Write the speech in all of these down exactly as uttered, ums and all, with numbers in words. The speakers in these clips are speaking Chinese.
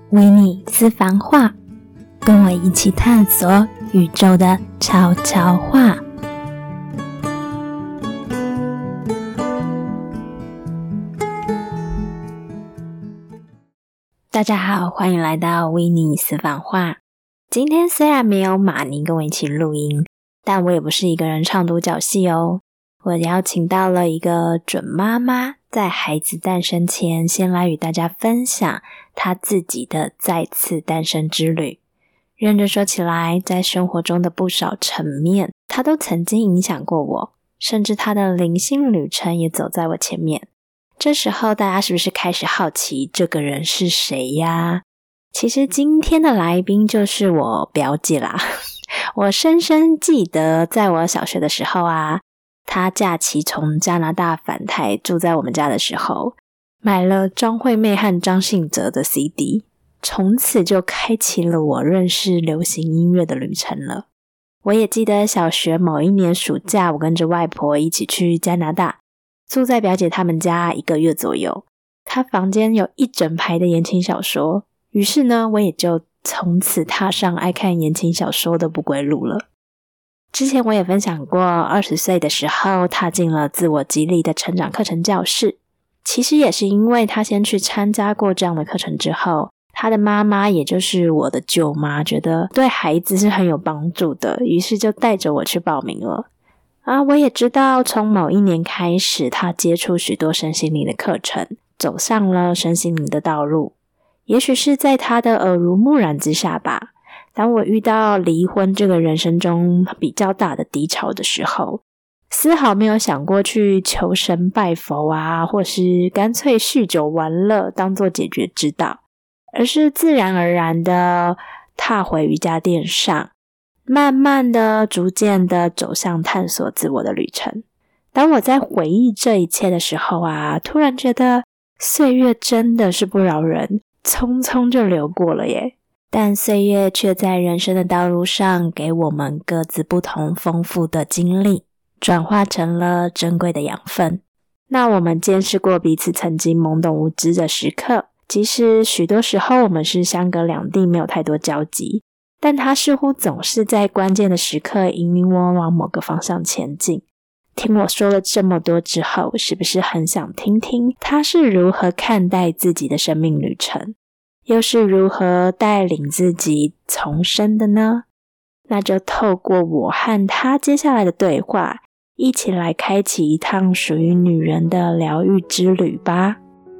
维尼私房话，跟我一起探索宇宙的悄悄话。大家好，欢迎来到维尼私房话。今天虽然没有马尼跟我一起录音，但我也不是一个人唱独角戏哦。我邀请到了一个准妈妈，在孩子诞生前先来与大家分享她自己的再次诞生之旅。认真说起来，在生活中的不少层面，她都曾经影响过我，甚至她的灵性旅程也走在我前面。这时候大家是不是开始好奇这个人是谁呀？其实今天的来宾就是我表姐啦。我深深记得在我小学的时候啊，她假期从加拿大返台住在我们家的时候，买了张惠妹和张信哲的 C D， 从此就开启了我认识流行音乐的旅程了。我也记得小学某一年暑假，我跟着外婆一起去加拿大，住在表姐他们家一个月左右。她房间有一整排的言情小说，于是呢，我也就从此踏上爱看言情小说的不归路了。之前我也分享过，二十岁的时候踏进了自我激励的成长课程教室。其实也是因为她先去参加过这样的课程之后，她的妈妈也就是我的舅妈觉得对孩子是很有帮助的，于是就带着我去报名了。啊，我也知道从某一年开始，她接触许多身心灵的课程，走上了身心灵的道路。也许是在她的耳濡目染之下吧，当我遇到离婚这个人生中比较大的低潮的时候，丝毫没有想过去求神拜佛啊，或是干脆酗酒玩乐当作解决之道，而是自然而然的踏回瑜伽垫上，慢慢的逐渐的走向探索自我的旅程。当我在回忆这一切的时候啊，突然觉得岁月真的是不饶人，匆匆就流过了耶。但岁月却在人生的道路上给我们各自不同丰富的经历，转化成了珍贵的养分。那我们见识过彼此曾经懵懂无知的时刻，即使许多时候我们是相隔两地，没有太多交集，但他似乎总是在关键的时刻引领我往某个方向前进。听我说了这么多之后，是不是很想听听他是如何看待自己的生命旅程，又是如何带领自己重生的呢？那就透过我和他接下来的对话，一起来开启一趟属于女人的疗愈之旅吧。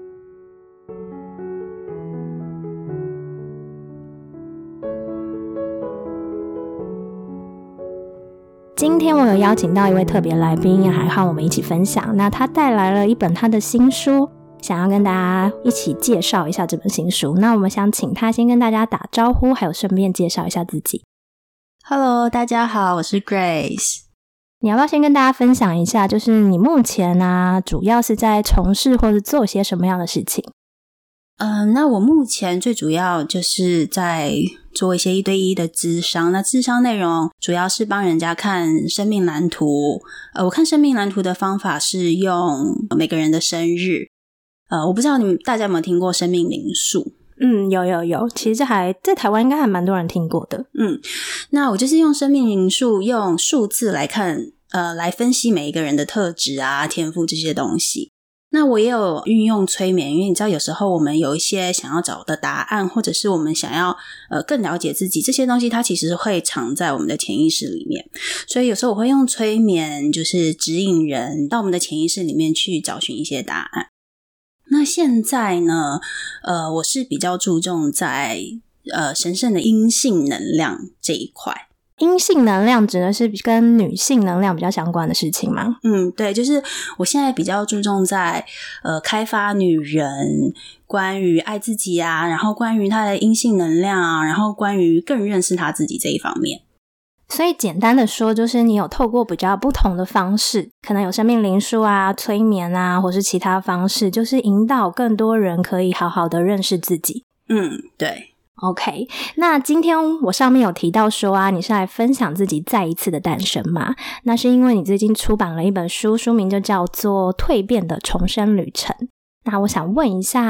今天我有邀请到一位特别来宾，还和我们一起分享。那他带来了一本他的新书，想要跟大家一起介绍一下这本新书。那我们想请他先跟大家打招呼，还有顺便介绍一下自己。 Hello， 大家好，我是 Grace。 你要不要先跟大家分享一下，就是你目前啊，主要是在从事或是做些什么样的事情？ 嗯、呃，那我目前最主要就是在做一些一对一的咨商。那咨商内容主要是帮人家看生命蓝图。呃，我看生命蓝图的方法是用每个人的生日。呃，我不知道你们大家有没有听过生命灵数？ 嗯，有有有，其实这还在台湾应该还蛮多人听过的。 嗯，那我就是用生命灵数，用数字来看，呃，来分析每一个人的特质啊、天赋这些东西。那我也有运用催眠，因为你知道有时候我们有一些想要找的答案，或者是我们想要呃更了解自己，这些东西它其实会藏在我们的潜意识里面，所以有时候我会用催眠就是指引人到我们的潜意识里面去找寻一些答案。那现在呢呃，我是比较注重在呃神圣的阴性能量这一块。 阴性能量指的是跟女性能量比较相关的事情吗？ 嗯，对，就是我现在比较注重在呃开发女人关于爱自己啊，然后关于她的阴性能量啊，然后关于更认识她自己这一方面。 所以简单的说，就是你有透过比较不同的方式，可能有生命灵数啊、催眠啊，或是其他方式，就是引导更多人可以好好的认识自己。 嗯，对。 OK， 那今天我上面有提到说啊，你是来分享自己再一次的诞生嘛？那是因为你最近出版了一本书，书名就叫做《蜕变的重生旅程》。那我想问一下啊，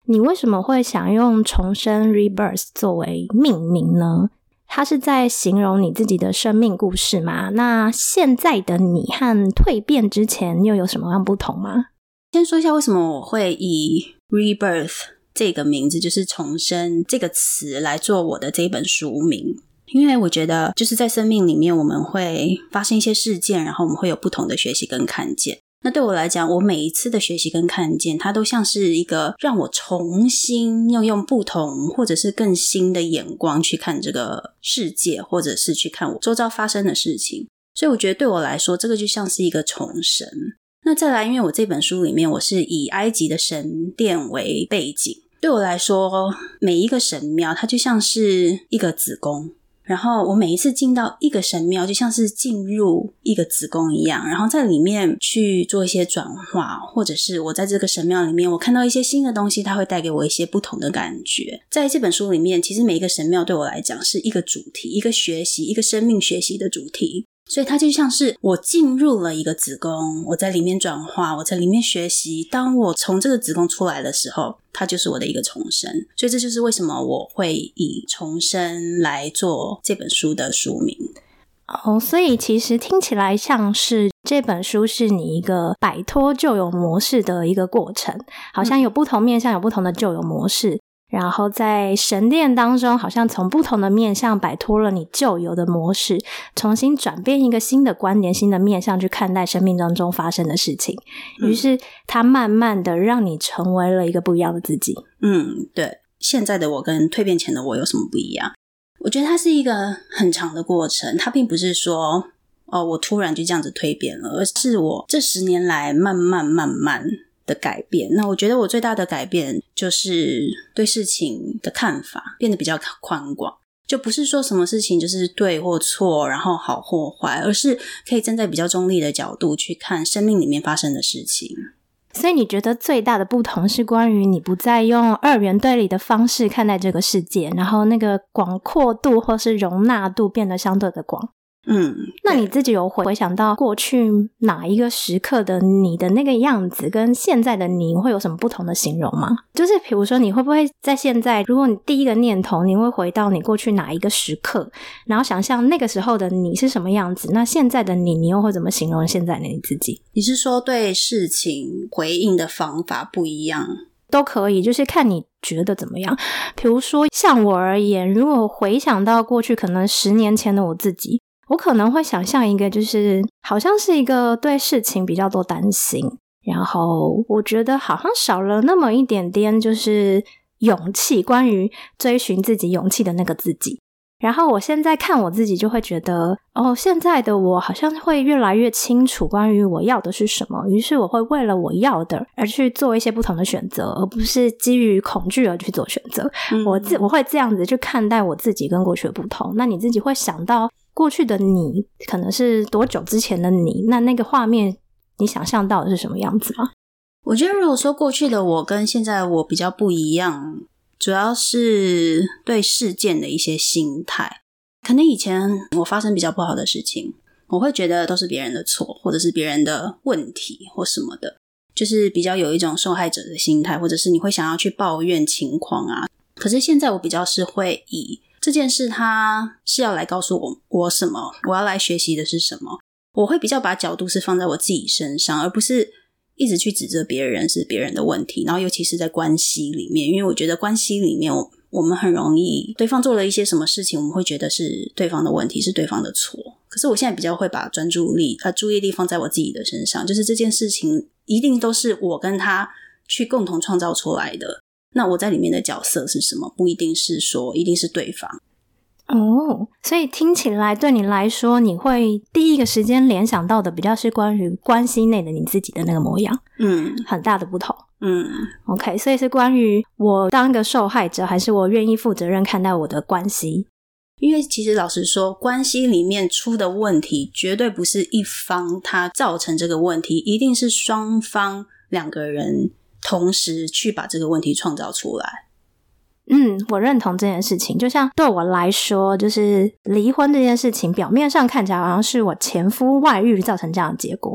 你为什么会想用重生 Rebirth 作为命名呢？它是在形容你自己的生命故事吗？那现在的你和蜕变之前又有什么样不同吗？ 先说一下为什么我会以 Rebirth 这个名字，就是重生这个词来做我的这一本书名。因为我觉得就是在生命里面我们会发生一些事件，然后我们会有不同的学习跟看见。那对我来讲，我每一次的学习跟看见，它都像是一个让我重新用用不同或者是更新的眼光去看这个世界，或者是去看我周遭发生的事情。所以我觉得对我来说，这个就像是一个重生。那再来，因为我这本书里面我是以埃及的神殿为背景，对我来说每一个神庙它就像是一个子宫，然后我每一次进到一个神庙就像是进入一个子宫一样，然后在里面去做一些转化，或者是我在这个神庙里面我看到一些新的东西，它会带给我一些不同的感觉。在这本书里面，其实每一个神庙对我来讲是一个主题，一个学习，一个生命学习的主题，所以它就像是我进入了一个子宫，我在里面转化，我在里面学习，当我从这个子宫出来的时候，它就是我的一个重生。所以这就是为什么我会以重生来做这本书的书名。 哦，所以其实听起来像是这本书是你一个摆脱旧有模式的一个过程，好像有不同面向有不同的旧有模式，然后在神殿当中好像从不同的面向摆脱了你旧有的模式，重新转变一个新的观点新的面向去看待生命当中发生的事情，于是它慢慢的让你成为了一个不一样的自己。 嗯，对，现在的我跟蜕变前的我有什么不一样？我觉得它是一个很长的过程，它并不是说哦，我突然就这样子蜕变了，而是我这十年来慢慢慢慢的改变。那我觉得我最大的改变就是对事情的看法变得比较宽广，就不是说什么事情就是对或错，然后好或坏，而是可以站在比较中立的角度去看生命里面发生的事情。 所以你觉得最大的不同是关于你不再用二元对立的方式看待这个世界，然后那个广阔度或是容纳度变得相对的广。 嗯， 那你自己有回想到过去哪一个时刻的你的那个样子跟现在的你会有什么不同的形容吗？就是比如说你会不会在现在，如果你第一个念头你会回到你过去哪一个时刻，然后想象那个时候的你是什么样子，那现在的你你又会怎么形容现在的你自己？ 你是说对事情回应的方法不一样？ 都可以，就是看你觉得怎么样。比如说像我而言，如果回想到过去可能十年前的我自己，我可能会想象一个就是好像是一个对事情比较多担心，然后我觉得好像少了那么一点点就是勇气，关于追寻自己勇气的那个自己。然后我现在看我自己就会觉得哦，现在的我好像会越来越清楚关于我要的是什么，于是我会为了我要的而去做一些不同的选择，而不是基于恐惧而去做选择。嗯、我自我会这样子去看待我自己跟过去的不同。那你自己会想到过去的你可能是多久之前的你，那那个画面你想象到的是什么样子吗？ 我觉得如果说过去的我跟现在的我比较不一样，主要是对事件的一些心态。可能以前我发生比较不好的事情，我会觉得都是别人的错，或者是别人的问题或什么的，就是比较有一种受害者的心态，或者是你会想要去抱怨情况啊。可是现在我比较是会以这件事它是要来告诉我我什么，我要来学习的是什么，我会比较把角度是放在我自己身上，而不是一直去指责别人是别人的问题。然后尤其是在关系里面，因为我觉得关系里面我我们很容易对方做了一些什么事情，我们会觉得是对方的问题，是对方的错。可是我现在比较会把专注力呃注意力放在我自己的身上，就是这件事情一定都是我跟他去共同创造出来的，那我在里面的角色是什么，不一定是说一定是对方。 哦，所以听起来对你来说，你会第一个时间联想到的比较是关于关系内的你自己的那个模样。嗯，很大的不同。嗯 OK， 所以是关于我当一个受害者，还是我愿意负责任看待我的关系。 因为其实老实说，关系里面出的问题绝对不是一方他造成这个问题，一定是双方两个人同时去把这个问题创造出来。 嗯，我认同这件事情。就像对我来说，就是离婚这件事情表面上看起来好像是我前夫外遇造成这样的结果，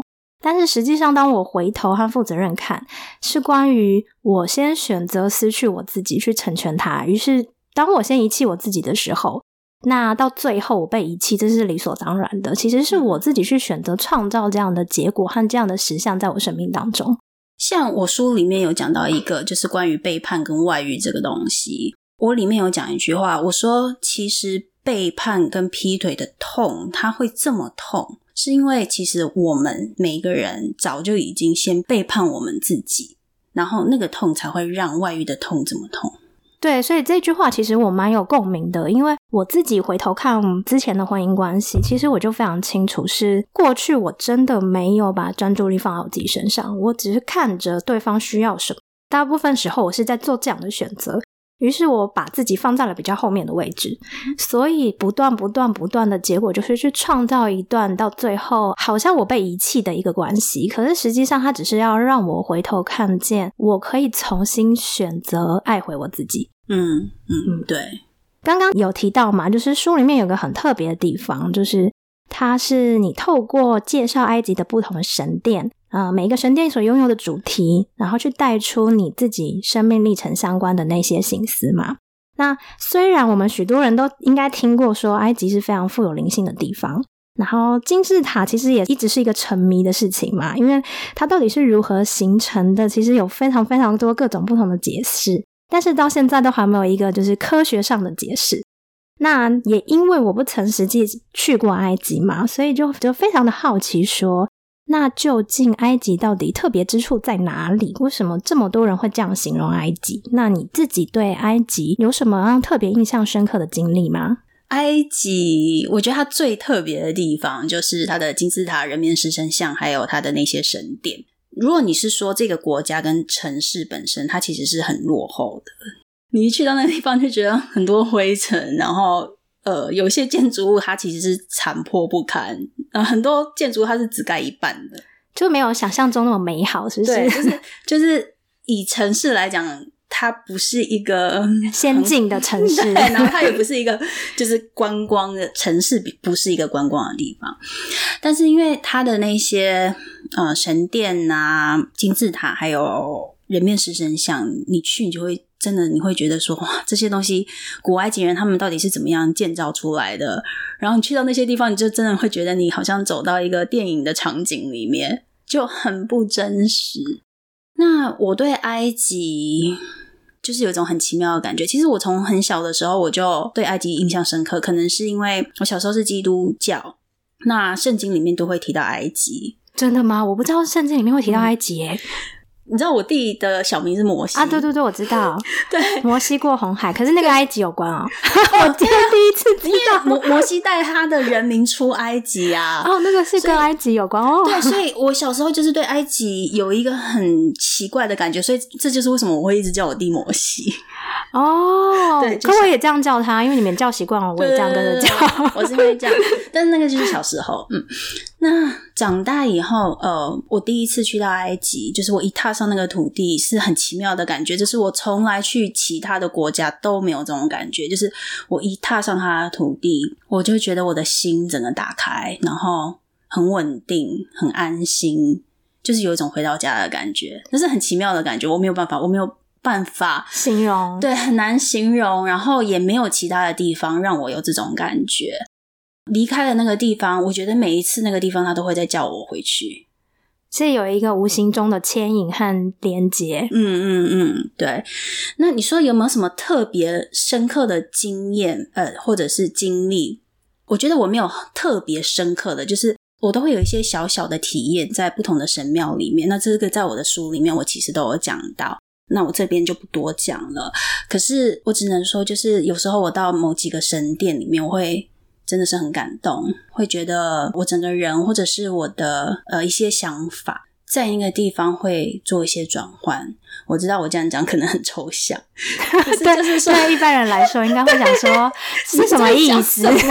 但是实际上当我回头和负责任看，是关于我先选择失去我自己去成全他，于是当我先遗弃我自己的时候，那到最后我被遗弃，这是理所当然的，其实是我自己去选择创造这样的结果和这样的实相在我生命当中。 像我书里面有讲到一个就是关于背叛跟外遇这个东西，我里面有讲一句话，我说其实背叛跟劈腿的痛它会这么痛，是因为其实我们每一个人早就已经先背叛我们自己，然后那个痛才会让外遇的痛这么痛。 对，所以这句话其实我蛮有共鸣的，因为我自己回头看之前的婚姻关系，其实我就非常清楚是过去我真的没有把专注力放在我自己身上，我只是看着对方需要什么，大部分时候我是在做这样的选择，于是我把自己放在了比较后面的位置，所以不断不断不断的结果就是去创造一段到最后好像我被遗弃的一个关系，可是实际上它只是要让我回头看见我可以重新选择爱回我自己。 嗯嗯，对。 刚刚有提到嘛，就是书里面有个很特别的地方，就是它是你透过介绍埃及的不同的神殿，呃，每一个神殿所拥有的主题，然后去带出你自己生命历程相关的那些心思嘛。那虽然我们许多人都应该听过说埃及是非常富有灵性的地方，然后金字塔其实也一直是一个沉迷的事情嘛，因为它到底是如何形成的，其实有非常非常多各种不同的解释，但是到现在都还没有一个就是科学上的解释。那也因为我不曾实际去过埃及嘛，所以就就非常的好奇说，那究竟埃及到底特别之处在哪里？为什么这么多人会这样形容埃及？那你自己对埃及有什么样特别印象深刻的经历吗？ 埃及我觉得它最特别的地方就是它的金字塔、人面狮身像，还有它的那些神殿。如果你是说这个国家跟城市本身，它其实是很落后的，你一去到那个地方就觉得很多灰尘，然后呃，有些建筑物它其实是残破不堪，呃，很多建筑它是只盖一半的， 就没有想象中那么美好，是不是？ 对，就是就是以城市来讲，它不是一个先进的城市， 然后它也不是一个就是观光的城市，不是一个观光的地方。但是因为它的那些呃神殿啊、金字塔还有人面狮身像，你去你就会真的你会觉得说，哇，这些东西古埃及人他们到底是怎么样建造出来的，然后你去到那些地方，你就真的会觉得你好像走到一个电影的场景里面，就很不真实。那我对埃及就是有一种很奇妙的感觉，其实我从很小的时候我就对埃及印象深刻，可能是因为我小时候是基督教，那圣经里面都会提到埃及。 真的吗？我不知道圣经里面会提到埃及耶、嗯你知道我弟的小名是摩西啊？对对对，我知道。 对， 摩西过红海，可是那个埃及有关哦。我今天第一次知道， 摩摩西带他的人民出埃及啊。 哦，那个是跟埃及有关哦。 对，所以我小时候就是对埃及有一个很奇怪的感觉，所以这就是为什么我会一直叫我弟摩西。 哦， 对， 可我也这样叫他，因为你们叫习惯了，我也这样跟着叫。 我是因为这样，但是那个就是小时候。嗯，那长大以后，呃，我第一次去到埃及，就是我一踏上那个土地，是很奇妙的感觉，就是我从来去其他的国家都没有这种感觉，就是我一踏上他的土地，我就觉得我的心整个打开，然后很稳定，很安心，就是有一种回到家的感觉，那是很奇妙的感觉，我没有办法，我没有办法形容， 对，很难形容，然后也没有其他的地方让我有这种感觉。离开了那个地方，我觉得每一次那个地方他都会再叫我回去， 是有一个无形中的牵引和连结。 嗯嗯嗯，对。那你说有没有什么特别深刻的经验呃，或者是经历？我觉得我没有特别深刻的，就是我都会有一些小小的体验在不同的神庙里面，那这个在我的书里面我其实都有讲到，那我这边就不多讲了。可是我只能说，就是有时候我到某几个神殿里面，我会真的是很感动，会觉得我整个人或者是我的呃一些想法在那个地方会做一些转换。我知道我这样讲可能很抽象，可是就是说对一般人来说应该会想说是什么意思就是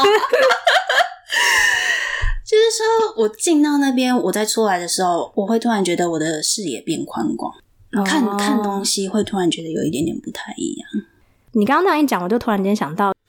说我进到那边，我再出来的时候，我会突然觉得我的视野变宽广，哦、看看东西会突然觉得有一点点不太一样。 你刚刚那样一讲，我就突然间想到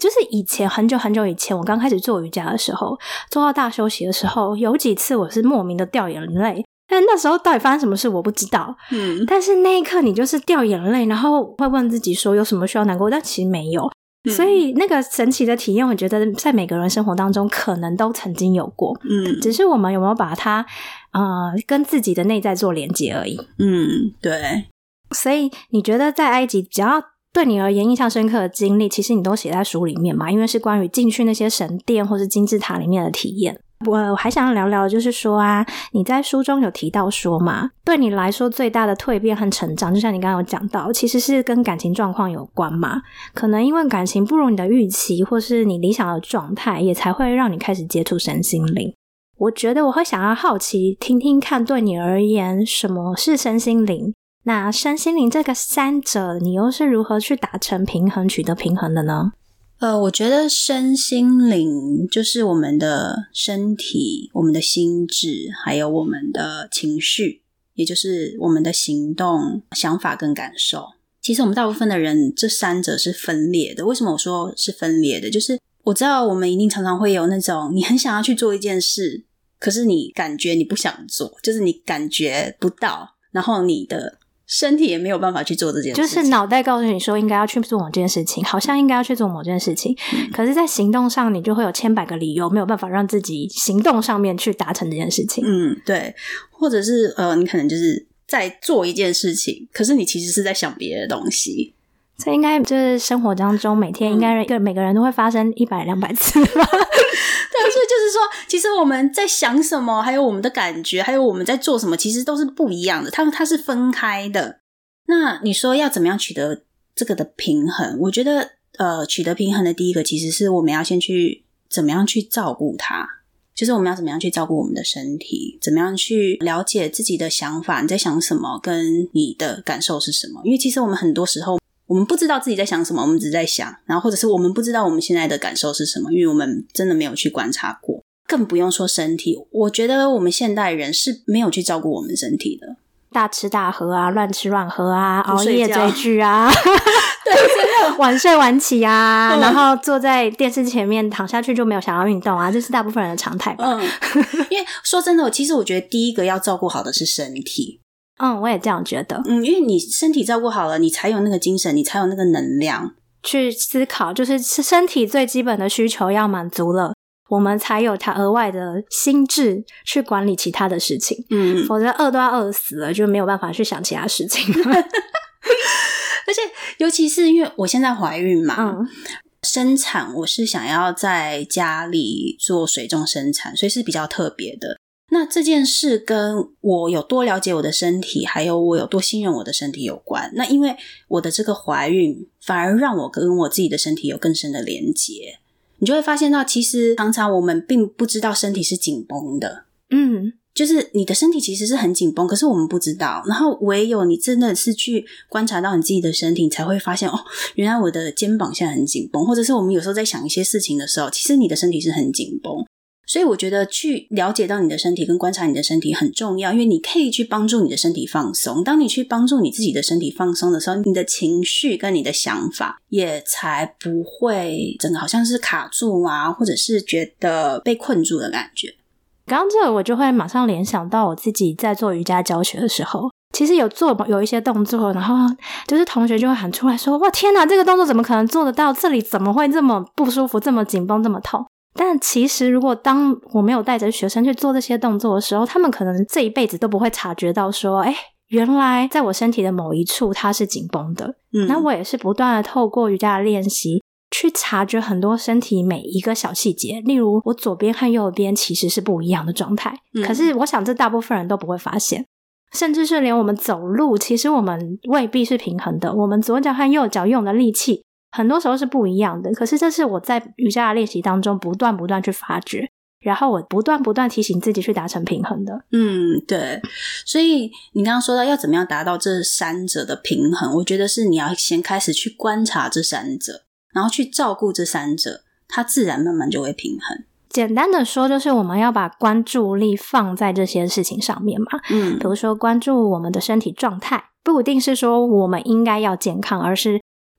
就是以前很久很久以前我刚开始做瑜伽的时候，做到大休息的时候，有几次我是莫名的掉眼泪，但那时候到底发生什么事我不知道，嗯，但是那一刻你就是掉眼泪，然后会问自己说有什么需要难过，但其实没有，嗯，所以那个神奇的体验我觉得在每个人生活当中可能都曾经有过，嗯，只是我们有没有把它呃跟自己的内在做连接而已。 嗯，对。 所以你觉得在埃及只要对你而言印象深刻的经历，其实你都写在书里面嘛，因为是关于进去那些神殿或是金字塔里面的体验。我还想聊聊就是说啊，你在书中有提到说嘛，对你来说最大的蜕变和成长，就像你刚刚有讲到，其实是跟感情状况有关嘛，可能因为感情不如你的预期或是你理想的状态，也才会让你开始接触身心灵。我觉得我会想要好奇听听看，对你而言什么是身心灵，那身心灵这个三者你又是如何去达成平衡取得平衡的呢？ 呃，我觉得身心灵就是我们的身体、我们的心智，还有我们的情绪，也就是我们的行动、想法跟感受。其实我们大部分的人这三者是分裂的。为什么我说是分裂的？就是我知道我们一定常常会有那种你很想要去做一件事，可是你感觉你不想做，就是你感觉不到，然后你的身体也没有办法去做这件事情， 就是脑袋告诉你说应该要去做某件事情，好像应该要去做某件事情，嗯，可是在行动上你就会有千百个理由，没有办法让自己行动上面去达成这件事情。 嗯，对，或者是呃，你可能就是在做一件事情，可是你其实是在想别的东西。 这应该就是生活当中每天应该每个人都会发生一百两百次吧。对， 所以就是说其实我们在想什么，还有我们的感觉，还有我们在做什么，其实都是不一样的，它它是分开的。那你说要怎么样取得这个的平衡？我觉得呃，取得平衡的第一个其实是我们要先去怎么样去照顾它，就是我们要怎么样去照顾我们的身体，怎么样去了解自己的想法，你在想什么跟你的感受是什么。因为其实我们很多时候我们不知道自己在想什么，我们只是在想，然后或者是我们不知道我们现在的感受是什么，因为我们真的没有去观察过，更不用说身体。我觉得我们现代人是没有去照顾我们身体的， 大吃大喝啊，乱吃乱喝啊，熬夜追剧啊对，真的晚睡晚起啊、嗯、然后坐在电视前面躺下去就没有想要运动啊，这是大部分人的常态吧。 嗯，因为说真的，其实我觉得第一个要照顾好的是身体。 嗯，我也这样觉得。 嗯，因为你身体照顾好了，你才有那个精神，你才有那个能量去思考，就是身体最基本的需求要满足了，我们才有它额外的心智去管理其他的事情。嗯，否则饿都要饿死了，就没有办法去想其他事情。 而且尤其是因为我现在怀孕嘛，嗯，生产我是想要在家里做水中生产，所以是比较特别的。那这件事跟我有多了解我的身体，还有我有多信任我的身体有关。那因为我的这个怀孕反而让我跟我自己的身体有更深的连结，你就会发现到其实常常我们并不知道身体是紧绷的。嗯，就是你的身体其实是很紧绷，可是我们不知道，然后唯有你真的是去观察到你自己的身体，你才会发现哦，原来我的肩膀现在很紧绷，或者是我们有时候在想一些事情的时候，其实你的身体是很紧绷。所以我觉得去了解到你的身体跟观察你的身体很重要，因为你可以去帮助你的身体放松。当你去帮助你自己的身体放松的时候，你的情绪跟你的想法也才不会整个好像是卡住啊，或者是觉得被困住的感觉。 刚刚这个我就会马上联想到我自己在做瑜伽教学的时候，其实有做有一些动作，然后就是同学就会喊出来说，哇天哪，这个动作怎么可能做得到，这里怎么会这么不舒服，这么紧绷，这么痛。但其实如果当我没有带着学生去做这些动作的时候，他们可能这一辈子都不会察觉到说，诶，原来在我身体的某一处它是紧绷的。嗯，那我也是不断的透过瑜伽的练习去察觉很多身体每一个小细节，例如我左边和右边其实是不一样的状态，嗯，可是我想这大部分人都不会发现，甚至是连我们走路其实我们未必是平衡的，我们左脚和右脚用的力气很多时候是不一样的，可是这是我在瑜伽的练习当中不断不断去发掘，然后我不断不断提醒自己去达成平衡的。 嗯，对。所以你刚刚说到要怎么样达到这三者的平衡，我觉得是你要先开始去观察这三者，然后去照顾这三者，它自然慢慢就会平衡。 简单的说就是我们要把关注力放在这些事情上面嘛。嗯，比如说关注我们的身体状态，不一定是说我们应该要健康，而是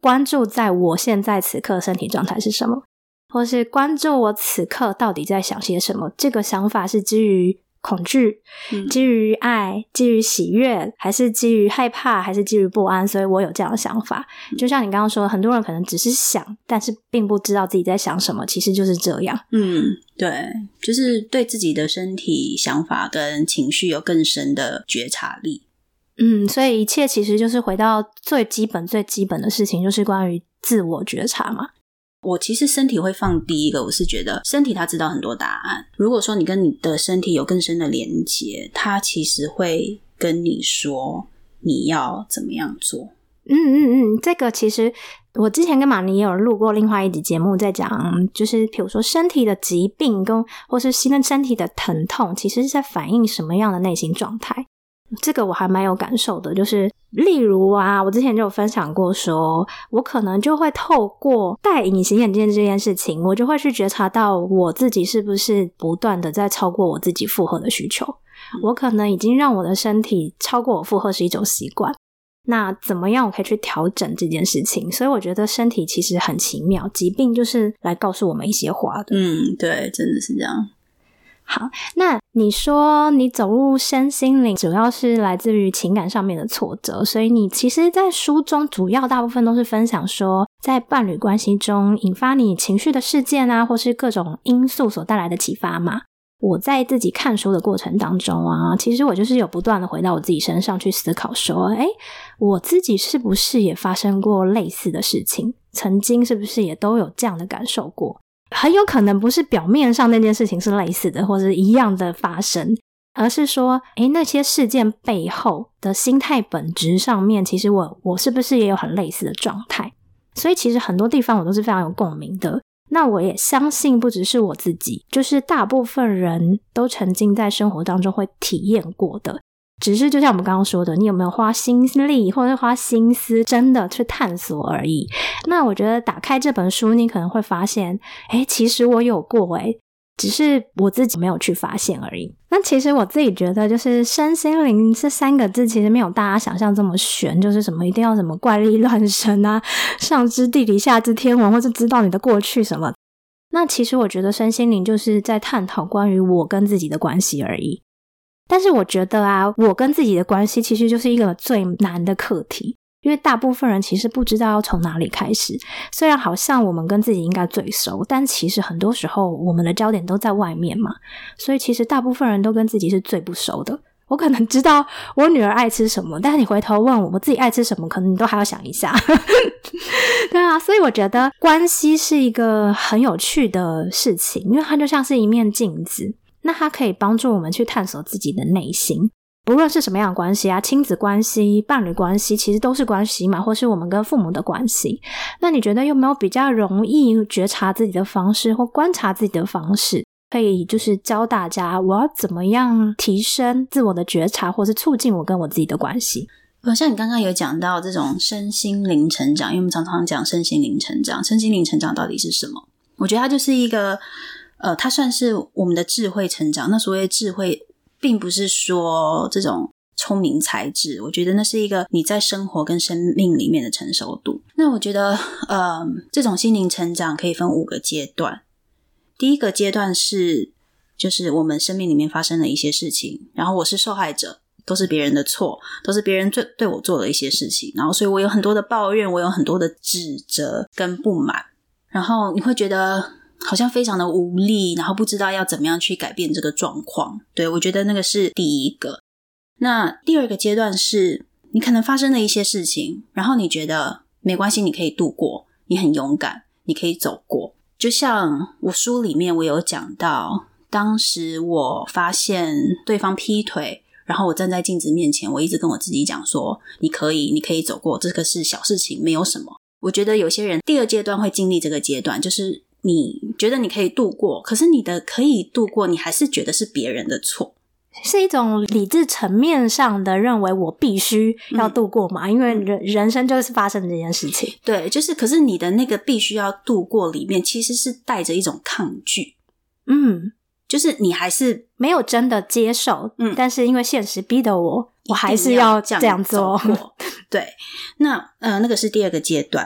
关注在我现在此刻身体状态是什么，或是关注我此刻到底在想些什么。这个想法是基于恐惧、嗯、基于爱、基于喜悦，还是基于害怕，还是基于不安，所以我有这样的想法。就像你刚刚说，很多人可能只是想，但是并不知道自己在想什么，其实就是这样。 嗯，对，就是对自己的身体想法跟情绪有更深的觉察力。 嗯，所以一切其实就是回到最基本最基本的事情，就是关于自我觉察嘛。 我其实身体会放第一个，我是觉得身体它知道很多答案。如果说你跟你的身体有更深的连结，它其实会跟你说你要怎么样做。 嗯嗯嗯，这个其实我之前跟马尼也有录过另外一集节目，在讲就是比如说身体的疾病跟或是新的身体的疼痛，其实是在反映什么样的内心状态。这个我还蛮有感受的，就是例如啊，我之前就有分享过说，我可能就会透过戴隐形眼镜这件事情，我就会去觉察到我自己是不是不断的在超过我自己负荷的需求。我可能已经让我的身体超过我负荷是一种习惯，那怎么样我可以去调整这件事情？所以我觉得身体其实很奇妙，疾病就是来告诉我们一些话的。 嗯，对，真的是这样。 好，那你说你走入身心灵主要是来自于情感上面的挫折，所以你其实在书中主要大部分都是分享说在伴侣关系中引发你情绪的事件啊，或是各种因素所带来的启发嘛。我在自己看书的过程当中啊，其实我就是有不断的回到我自己身上去思考说，诶，我自己是不是也发生过类似的事情，曾经是不是也都有这样的感受过。很有可能不是表面上那件事情是类似的或者一样的发生，而是说诶那些事件背后的心态本质上面，其实我我是不是也有很类似的状态。所以其实很多地方我都是非常有共鸣的。那我也相信不只是我自己，就是大部分人都曾经在生活当中会体验过的，只是就像我们刚刚说的，你有没有花心力或者是花心思真的去探索而已。那我觉得打开这本书，你可能会发现诶其实我有过诶只是我自己没有去发现而已。那其实我自己觉得就是身心灵这三个字其实没有大家想象这么玄，就是什么一定要什么怪力乱神啊，上知地理下知天文，或是知道你的过去什么。那其实我觉得身心灵就是在探讨关于我跟自己的关系而已。但是我觉得啊，我跟自己的关系其实就是一个最难的课题，因为大部分人其实不知道要从哪里开始。虽然好像我们跟自己应该最熟，但其实很多时候我们的焦点都在外面嘛，所以其实大部分人都跟自己是最不熟的。我可能知道我女儿爱吃什么，但是你回头问我我自己爱吃什么，可能你都还要想一下对啊，所以我觉得关系是一个很有趣的事情，因为它就像是一面镜子，那它可以帮助我们去探索自己的内心。不论是什么样的关系啊，亲子关系、伴侣关系，其实都是关系嘛，或是我们跟父母的关系。那你觉得有没有比较容易觉察自己的方式或观察自己的方式，可以就是教大家我要怎么样提升自我的觉察，或是促进我跟我自己的关系？ 像你刚刚有讲到这种身心灵成长，因为我们常常讲身心灵成长，身心灵成长到底是什么？我觉得它就是一个呃，它算是我们的智慧成长。那所谓的智慧并不是说这种聪明才智，我觉得那是一个你在生活跟生命里面的成熟度。那我觉得呃，这种心灵成长可以分五个阶段。第一个阶段是就是我们生命里面发生了一些事情，然后我是受害者，都是别人的错，都是别人对对我做了一些事情，然后所以我有很多的抱怨，我有很多的指责跟不满，然后你会觉得好像非常的无力，然后不知道要怎么样去改变这个状况。对，我觉得那个是第一个。那第二个阶段是你可能发生了一些事情，然后你觉得没关系，你可以度过，你很勇敢，你可以走过。就像我书里面我有讲到，当时我发现对方劈腿，然后我站在镜子面前，我一直跟我自己讲说你可以，你可以走过，这个是小事情，没有什么。我觉得有些人第二阶段会经历这个阶段，就是你觉得你可以度过，可是你的可以度过你还是觉得是别人的错， 是一种理智层面上的认为我必须要度过嘛、嗯、因为人人生就是发生这件事情。 对，就是可是你的那个必须要度过里面其实是带着一种抗拒。 嗯， 就是你还是没有真的接受，嗯，但是因为现实逼得我我还是要这样做对，那呃，那个是第二个阶段。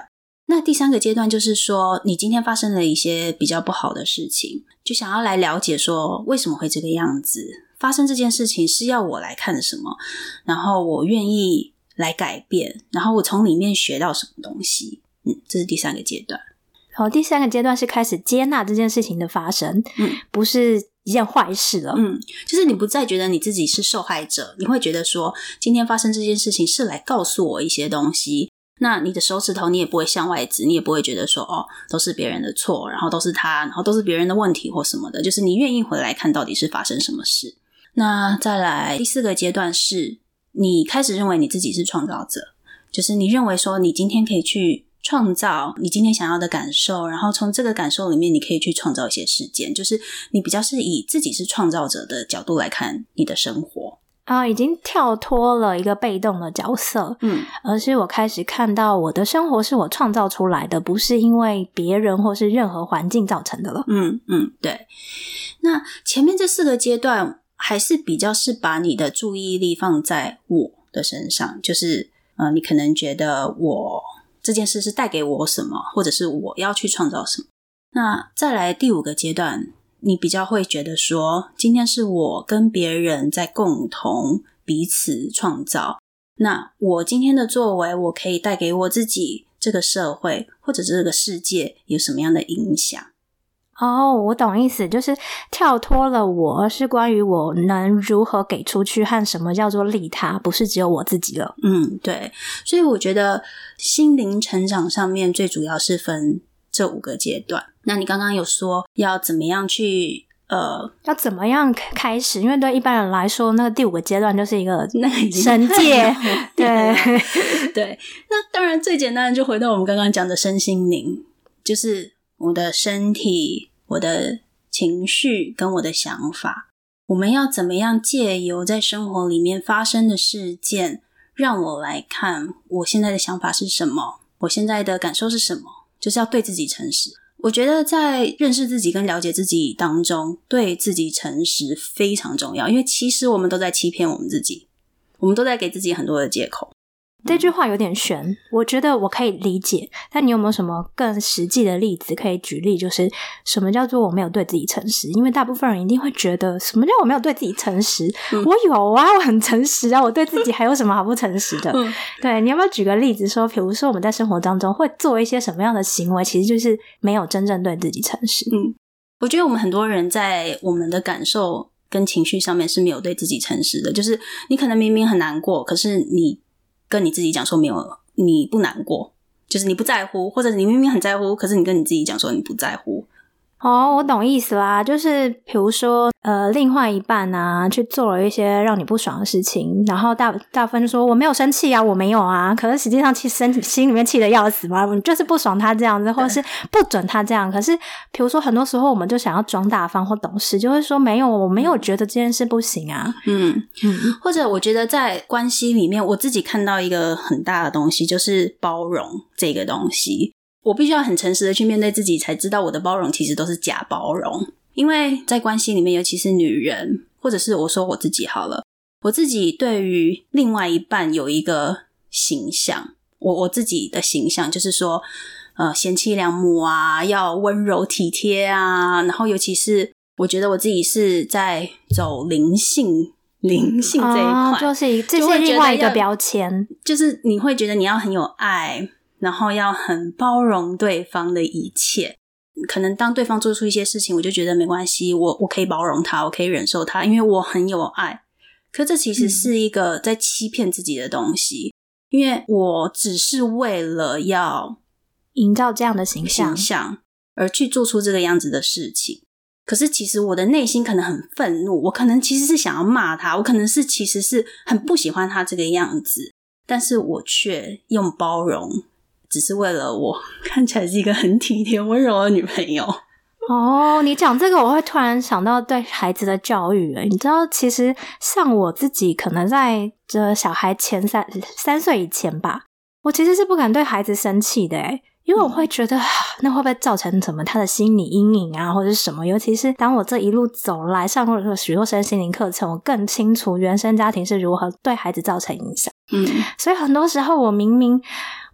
那第三个阶段就是说，你今天发生了一些比较不好的事情，就想要来了解说为什么会这个样子，发生这件事情是要我来看什么，然后我愿意来改变，然后我从里面学到什么东西。嗯，这是第三个阶段。 好，第三个阶段是开始接纳这件事情的发生，嗯，不是一件坏事了。 嗯，就是你不再觉得你自己是受害者，你会觉得说今天发生这件事情是来告诉我一些东西。那你的手指头你也不会向外指，你也不会觉得说哦都是别人的错，然后都是他，然后都是别人的问题或什么的，就是你愿意回来看到底是发生什么事。那再来第四个阶段是你开始认为你自己是创造者，就是你认为说你今天可以去创造你今天想要的感受，然后从这个感受里面你可以去创造一些事件，就是你比较是以自己是创造者的角度来看你的生活啊，已经跳脱了一个被动的角色，嗯，而是我开始看到我的生活是我创造出来的，不是因为别人或是任何环境造成的了。 嗯嗯，对。那前面这四个阶段还是比较是把你的注意力放在我的身上，就是呃，你可能觉得我这件事是带给我什么，或者是我要去创造什么。那再来第五个阶段，你比较会觉得说今天是我跟别人在共同彼此创造，那我今天的作为我可以带给我自己、这个社会或者这个世界有什么样的影响。 哦，我懂意思，就是跳脱了我，而是关于我能如何给出去和什么叫做利他，不是只有我自己了。 嗯，对。所以我觉得心灵成长上面最主要是分这五个阶段。那你刚刚有说要怎么样去呃， 要怎么样开始？因为对一般人来说，那个第五个阶段就是一个神界。对对。那当然最简单的就回到我们刚刚讲的身心灵，就是我的身体、我的情绪跟我的想法，我们要怎么样借由在生活里面发生的事件，让我来看我现在的想法是什么，我现在的感受是什么，就是要对自己诚实。我觉得在认识自己跟了解自己当中，对自己诚实非常重要，因为其实我们都在欺骗我们自己，我们都在给自己很多的借口。 这句话有点悬，我觉得我可以理解，但你有没有什么更实际的例子可以举例，就是什么叫做我没有对自己诚实？因为大部分人一定会觉得什么叫我没有对自己诚实、嗯、我有啊，我很诚实啊，我对自己还有什么好不诚实的、嗯、对，你要不要举个例子说，比如说我们在生活当中会做一些什么样的行为，其实就是没有真正对自己诚实。 嗯，我觉得我们很多人在我们的感受跟情绪上面是没有对自己诚实的，就是你可能明明很难过，可是你跟你自己讲说没有，你不难过，就是你不在乎，或者你明明很在乎，可是你跟你自己讲说你不在乎。 哦，我懂意思啦，就是比如说呃，另外一半啊去做了一些让你不爽的事情，然后大大部分就说我没有生气啊，我没有啊，可是实际上气身心里面气得要死嘛，你就是不爽他这样子，或者是不准他这样。可是比如说很多时候我们就想要装大方或懂事，就会说没有，我没有觉得这件事不行啊。 嗯嗯，或者我觉得在关系里面，我自己看到一个很大的东西，就是包容这个东西。我必须要很诚实的去面对自己，才知道我的包容其实都是假包容。因为在关系里面，尤其是女人，或者是我说我自己好了，我自己对于另外一半有一个形象，我我自己的形象就是说呃，贤妻良母啊，要温柔体贴啊，然后尤其是我觉得我自己是在走灵性灵性这一块、哦、 就是这是另外一个标签， 就是你会觉得你要很有爱，然后要很包容对方的一切。可能当对方做出一些事情，我就觉得没关系，我我可以包容他，我可以忍受他，因为我很有爱。可这其实是一个在欺骗自己的东西、嗯、因为我只是为了要营造这样的形象形象而去做出这个样子的事情。可是其实我的内心可能很愤怒，我可能其实是想要骂他，我可能是其实是很不喜欢他这个样子，但是我却用包容，只是为了我看起来是一个很体贴温柔的女朋友。 哦，你讲这个我会突然想到对孩子的教育了。你知道其实像我自己可能在这小孩前三三岁以前吧，我其实是不敢对孩子生气的诶，因为我会觉得、嗯、那会不会造成什么他的心理阴影啊或者是什么。尤其是当我这一路走来上过了许多身心灵课程，我更清楚原生家庭是如何对孩子造成影响。嗯，所以很多时候我明明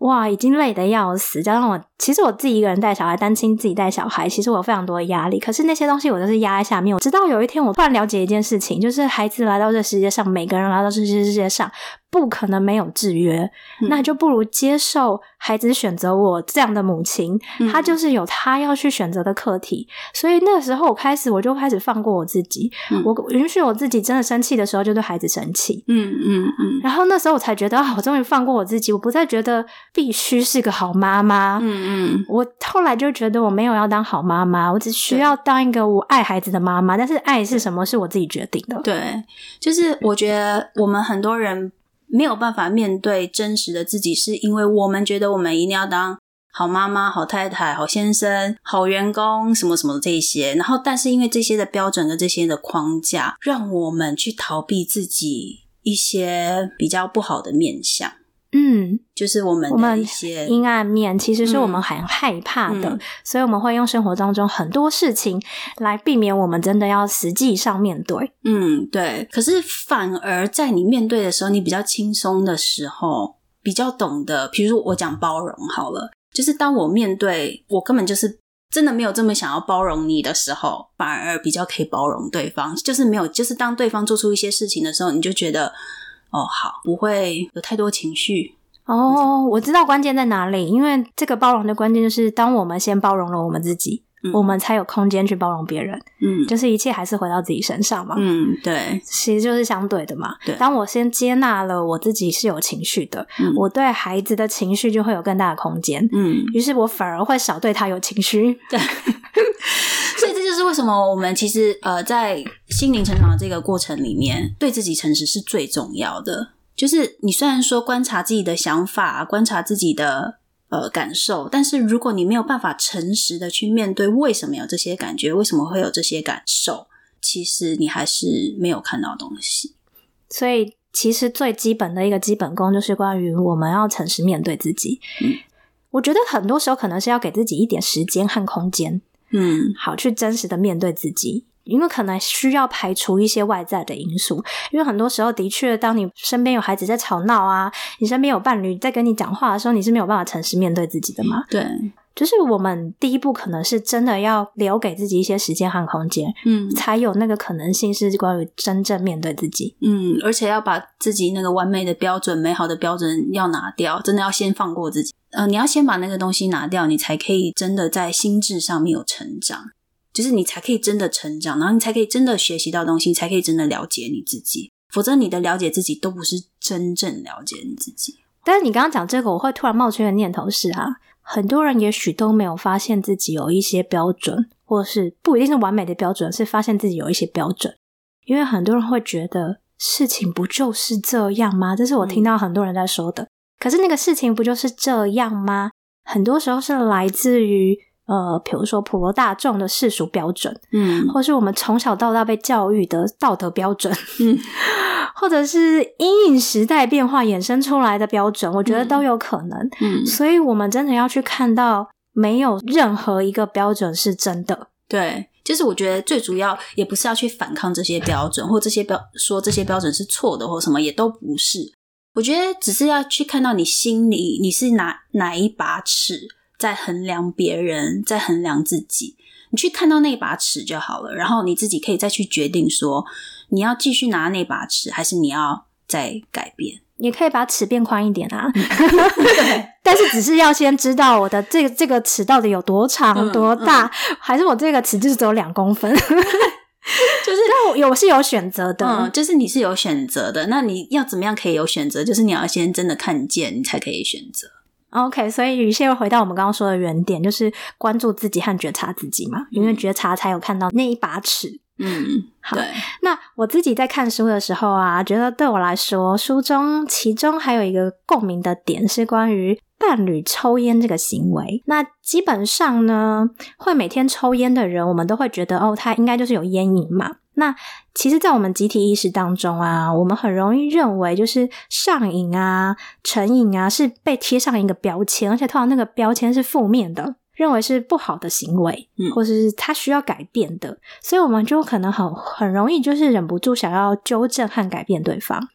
哇已经累得要死，加上我其实我自己一个人带小孩，单亲自己带小孩，其实我有非常多的压力，可是那些东西我都是压在下面。我直到有一天我突然了解一件事情，就是孩子来到这世界上，每个人来到这世界上不可能没有制约、嗯、那就不如接受孩子选择我这样的母亲、嗯、他就是有他要去选择的课题。所以那个时候我开始我就开始放过我自己、嗯、我允许我自己真的生气的时候就对孩子生气。 嗯嗯嗯。 然后那时候我才觉得啊，我终于放过我自己，我不再觉得必须是个好妈妈。 嗯嗯。 我后来就觉得我没有要当好妈妈，我只需要当一个我爱孩子的妈妈，但是爱是什么是我自己决定的。 对，就是我觉得我们很多人没有办法面对真实的自己，是因为我们觉得我们一定要当好妈妈、好太太、好先生、好员工什么什么的这些，然后但是因为这些的标准跟这些的框架，让我们去逃避自己一些比较不好的面向。 嗯， 就是我们的一些阴暗面其实是我们很害怕的、嗯、所以我们会用生活当中很多事情来避免我们真的要实际上面对。 嗯，对。可是反而在你面对的时候，你比较轻松的时候，比较懂得，比如说我讲包容好了，就是当我面对我根本就是真的没有这么想要包容你的时候，反而比较可以包容对方。就是没有，就是当对方做出一些事情的时候，你就觉得哦好，不会有太多情绪。 哦，我知道关键在哪里，因为这个包容的关键就是当我们先包容了我们自己、嗯、我们才有空间去包容别人。嗯，就是一切还是回到自己身上嘛。 嗯，对， 其实就是相对的嘛。 对， 当我先接纳了我自己是有情绪的、嗯、我对孩子的情绪就会有更大的空间。嗯，于是我反而会少对他有情绪。 对。所以这就是为什么我们其实呃在心灵成长的这个过程里面，对自己诚实是最重要的。就是你虽然说观察自己的想法，观察自己的呃感受，但是如果你没有办法诚实的去面对为什么有这些感觉，为什么会有这些感受，其实你还是没有看到东西。 所以其实最基本的一个基本功就是关于我们要诚实面对自己。嗯，我觉得很多时候可能是要给自己一点时间和空间，嗯，好去真实的面对自己。因为可能需要排除一些外在的因素，因为很多时候的确当你身边有孩子在吵闹啊，你身边有伴侣在跟你讲话的时候，你是没有办法诚实面对自己的嘛。 对， 就是我们第一步可能是真的要留给自己一些时间和空间，嗯，才有那个可能性是关于真正面对自己。 嗯，而且要把自己那个完美的标准、美好的标准要拿掉，真的要先放过自己。呃，你要先把那个东西拿掉，你才可以真的在心智上面有成长。就是你才可以真的成长，然后你才可以真的学习到东西，你才可以真的了解你自己。否则你的了解自己都不是真正了解你自己。 但是你刚刚讲这个，我会突然冒出一个念头是啊，很多人也许都没有发现自己有一些标准，或是不一定是完美的标准，是发现自己有一些标准。因为很多人会觉得事情不就是这样吗？这是我听到很多人在说的、嗯、可是那个事情不就是这样吗？很多时候是来自于呃，比如说普罗大众的世俗标准，嗯，或是我们从小到大被教育的道德标准，嗯，或者是因应时代变化衍生出来的标准，我觉得都有可能。嗯，所以我们真的要去看到，没有任何一个标准是真的。 对，就是我觉得最主要也不是要去反抗这些标准，或这些标说这些标准是错的，或什么也都不是。我觉得只是要去看到你心里你是哪哪一把尺。在衡量别人，在衡量自己，你去看到那把尺就好了，然后你自己可以再去决定说你要继续拿那把尺，还是你要再改变。 也可以把尺变宽一点啊对，但是只是要先知道我的这个这个尺到底有多长、嗯、多大、嗯、还是我这个尺就是只有两公分就是但我是有选择的。 嗯，就是你是有选择的，那你要怎么样可以有选择，就是你要先真的看见你才可以选择。 OK， 所以于现回到我们刚刚说的原点，就是关注自己和觉察自己嘛，嗯、因为觉察才有看到那一把尺。 嗯， 好。 对。 那我自己在看书的时候啊，觉得对我来说，书中其中还有一个共鸣的点是关于伴侣抽烟这个行为。那基本上呢，会每天抽烟的人，我们都会觉得哦，他应该就是有烟瘾嘛。那其实在我们集体意识当中啊，我们很容易认为就是上瘾啊、成瘾啊是被贴上一个标签，而且通常那个标签是负面的，认为是不好的行为，嗯，或是他需要改变的，所以我们就可能很很容易就是忍不住想要纠正和改变对方。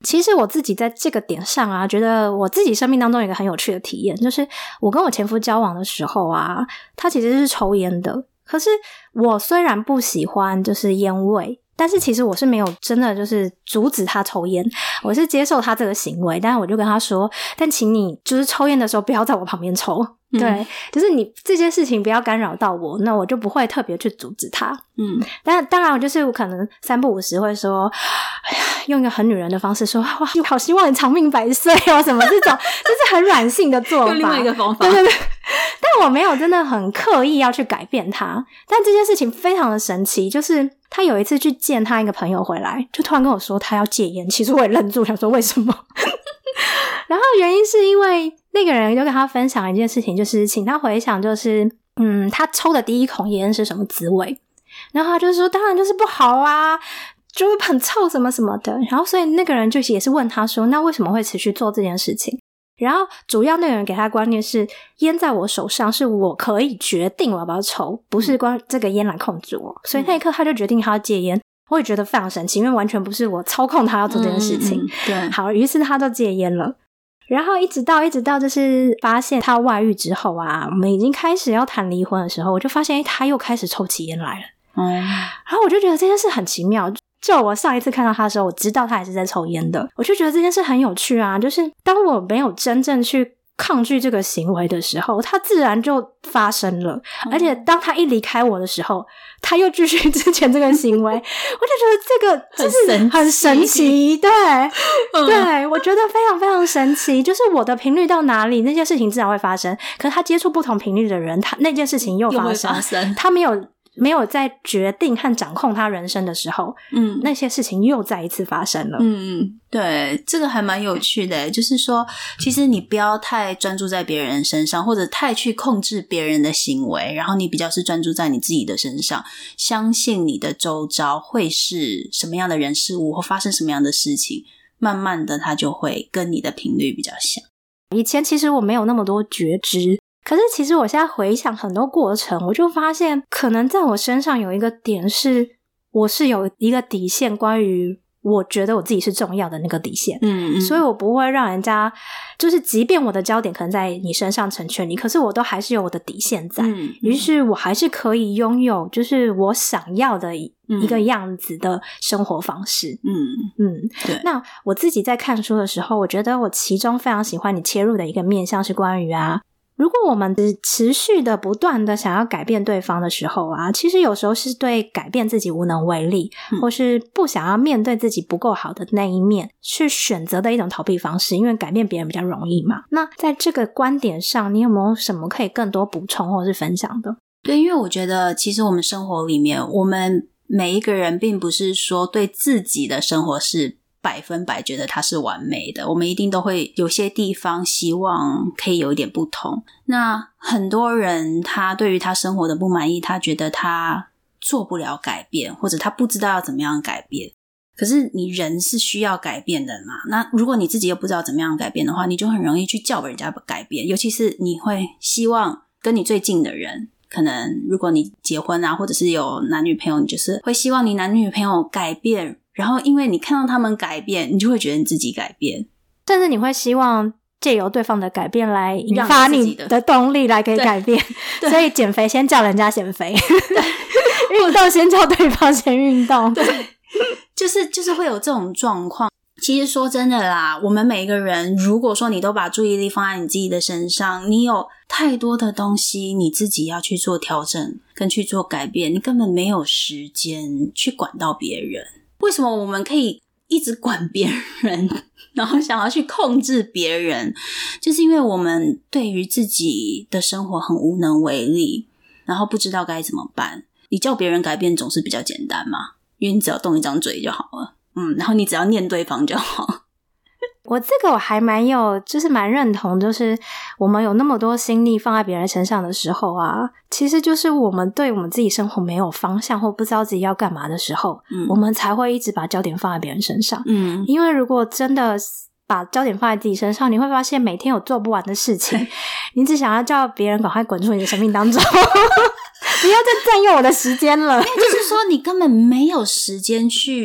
其实我自己在这个点上啊，觉得我自己生命当中有一个很有趣的体验，就是我跟我前夫交往的时候啊，他其实是抽烟的，可是我虽然不喜欢就是烟味，但是其实我是没有真的就是阻止他抽烟，我是接受他这个行为，但是我就跟他说，但请你就是抽烟的时候不要在我旁边抽，嗯、对，就是你这件事情不要干扰到我，那我就不会特别去阻止他。嗯，但当然我就是我可能三不五时会说，哎呀，用一个很女人的方式说，哇，好希望你长命百岁哦，什么这种就是很软性的做法， 用另外一个方法， 对对对。但我没有真的很刻意要去改变他，但这件事情非常的神奇，就是他有一次去见他一个朋友回来，就突然跟我说他要戒烟，其实我也愣住，想说为什么然后原因是因为那个人就跟他分享一件事情，就是请他回想就是嗯，他抽的第一口烟是什么滋味，然后他就说当然就是不好啊，就是很臭什么什么的，然后所以那个人就也是问他说那为什么会持续做这件事情，然后主要那个人给他的观念是烟在我手上是我可以决定我要不要抽，不是光这个烟来控制我，所以那一刻他就决定他要戒烟，我也觉得非常神奇，因为完全不是我操控他要做这件事情、 嗯嗯、对， 好，于是他就戒烟了，然后一直到一直到就是发现他外遇之后啊，我们已经开始要谈离婚的时候，我就发现他又开始抽起烟来了、嗯、然后我就觉得这件事很奇妙，就我上一次看到他的时候，我知道他也是在抽烟的，我就觉得这件事很有趣啊，就是当我没有真正去抗拒这个行为的时候，它自然就发生了、嗯、而且当他一离开我的时候，他又继续之前这个行为我就觉得这个就是很神奇，对、嗯、对，我觉得非常非常神奇，就是我的频率到哪里那件事情自然会发生，可是他接触不同频率的人，他那件事情又发生, 又会发生他没有没有在决定和掌控他人生的时候，嗯，那些事情又再一次发生了。 嗯，对，这个还蛮有趣的，就是说其实你不要太专注在别人身上，或者太去控制别人的行为，然后你比较是专注在你自己的身上，相信你的周遭会是什么样的人事物或发生什么样的事情，慢慢的它就会跟你的频率比较像。 以前其实我没有那么多觉知，可是其实我现在回想很多过程，我就发现可能在我身上有一个点是我是有一个底线，关于我觉得我自己是重要的那个底线，嗯嗯，所以我不会让人家就是即便我的焦点可能在你身上成全你，可是我都还是有我的底线在，嗯嗯，于是我还是可以拥有就是我想要的一个样子的生活方式。嗯嗯，对。那我自己在看书的时候，我觉得我其中非常喜欢你切入的一个面向是关于啊，如果我们持续的不断的想要改变对方的时候啊，其实有时候是对改变自己无能为力、嗯、或是不想要面对自己不够好的那一面去选择的一种逃避方式，因为改变别人比较容易嘛。那在这个观点上，你有没有什么可以更多补充或是分享的？ 对，因为我觉得其实我们生活里面，我们每一个人并不是说对自己的生活是百分百觉得它是完美的，我们一定都会有些地方希望可以有一点不同。那很多人他对于他生活的不满意，他觉得他做不了改变，或者他不知道要怎么样改变。可是你人是需要改变的嘛，那如果你自己又不知道怎么样改变的话，你就很容易去叫人家改变，尤其是你会希望跟你最近的人，可能如果你结婚啊，或者是有男女朋友，你就是会希望你男女朋友改变，然后因为你看到他们改变，你就会觉得你自己改变， 甚至你会希望借由对方的改变来引发你的动力来可以改变，所以减肥先叫人家减肥，运动先叫对方先运动， 对，就是就是会有这种状况。其实说真的啦，我们每一个人如果说你都把注意力放在你自己的身上，你有太多的东西你自己要去做调整跟去做改变，你根本没有时间去管到别人。为什么我们可以一直管别人，然后想要去控制别人，就是因为我们对于自己的生活很无能为力，然后不知道该怎么办。你叫别人改变总是比较简单嘛，因为你只要动一张嘴就好了，嗯，然后你只要念对方就好。 我这个我还蛮有就是蛮认同，就是我们有那么多心力放在别人身上的时候啊，其实就是我们对我们自己生活没有方向或不知道自己要干嘛的时候、嗯、我们才会一直把焦点放在别人身上。嗯，因为如果真的把焦点放在自己身上，你会发现每天有做不完的事情，你只想要叫别人赶快滚出你的生命当中不要再占用我的时间了。 就是说你根本没有时间去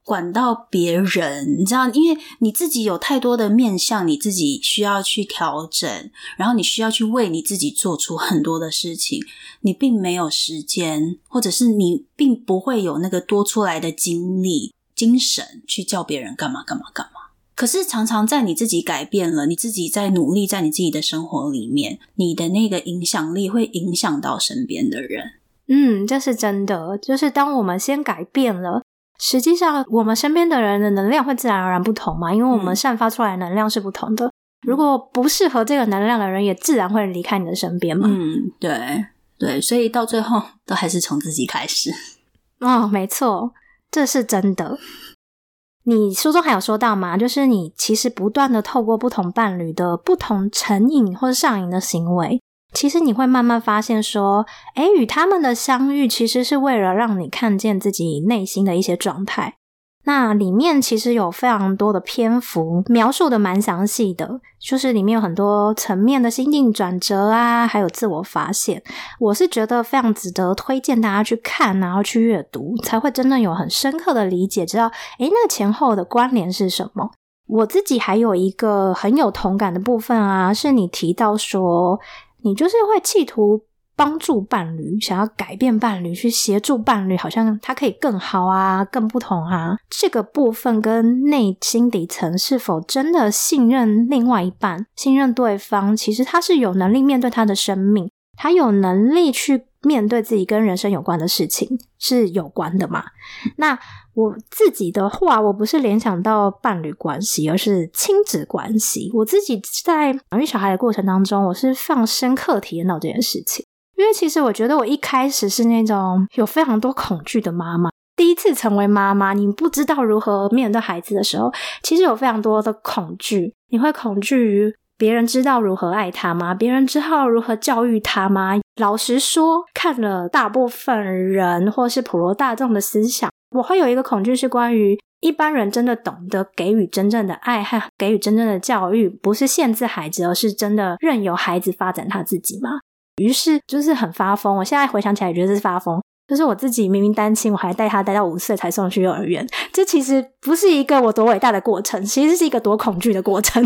管到别人，你知道，因为你自己有太多的面向，你自己需要去调整，然后你需要去为你自己做出很多的事情，你并没有时间，或者是你并不会有那个多出来的精力、精神去叫别人干嘛干嘛干嘛。可是常常在你自己改变了，你自己在努力，在你自己的生活里面，你的那个影响力会影响到身边的人。 嗯，这是真的，就是当我们先改变了，实际上我们身边的人的能量会自然而然不同嘛，因为我们散发出来的能量是不同的、嗯、如果不适合这个能量的人也自然会离开你的身边嘛。 嗯，对对，所以到最后都还是从自己开始。 哦，没错，这是真的。你书中还有说到嘛，就是你其实不断的透过不同伴侣的不同成瘾或上瘾的行为，其实你会慢慢发现说，诶，与他们的相遇其实是为了让你看见自己内心的一些状态。那里面其实有非常多的篇幅描述的蛮详细的，就是里面有很多层面的心境转折啊，还有自我发现，我是觉得非常值得推荐大家去看然后去阅读，才会真的有很深刻的理解，知道诶那前后的关联是什么。我自己还有一个很有同感的部分啊，是你提到说你就是会企图帮助伴侣，想要改变伴侣，去协助伴侣，好像他可以更好啊，更不同啊。这个部分跟内心底层是否真的信任另外一半，信任对方，其实他是有能力面对他的生命，他有能力去面对自己跟人生有关的事情，是有关的嘛。那我自己的话，我不是联想到伴侣关系，而是亲子关系。我自己在养育小孩的过程当中，我是非常深刻体验到这件事情。因为其实我觉得我一开始是那种有非常多恐惧的妈妈，第一次成为妈妈，你不知道如何面对孩子的时候，其实有非常多的恐惧。你会恐惧于别人知道如何爱他吗？别人知道如何教育他吗？老实说，看了大部分人或是普罗大众的思想，我会有一个恐惧是关于一般人真的懂得给予真正的爱和给予真正的教育，不是限制孩子，而是真的任由孩子发展他自己吗？于是就是很发疯，我现在回想起来也觉得是发疯，就是我自己明明单亲，我还带他带到五岁才送去幼儿园，这其实不是一个我多伟大的过程，其实是一个多恐惧的过程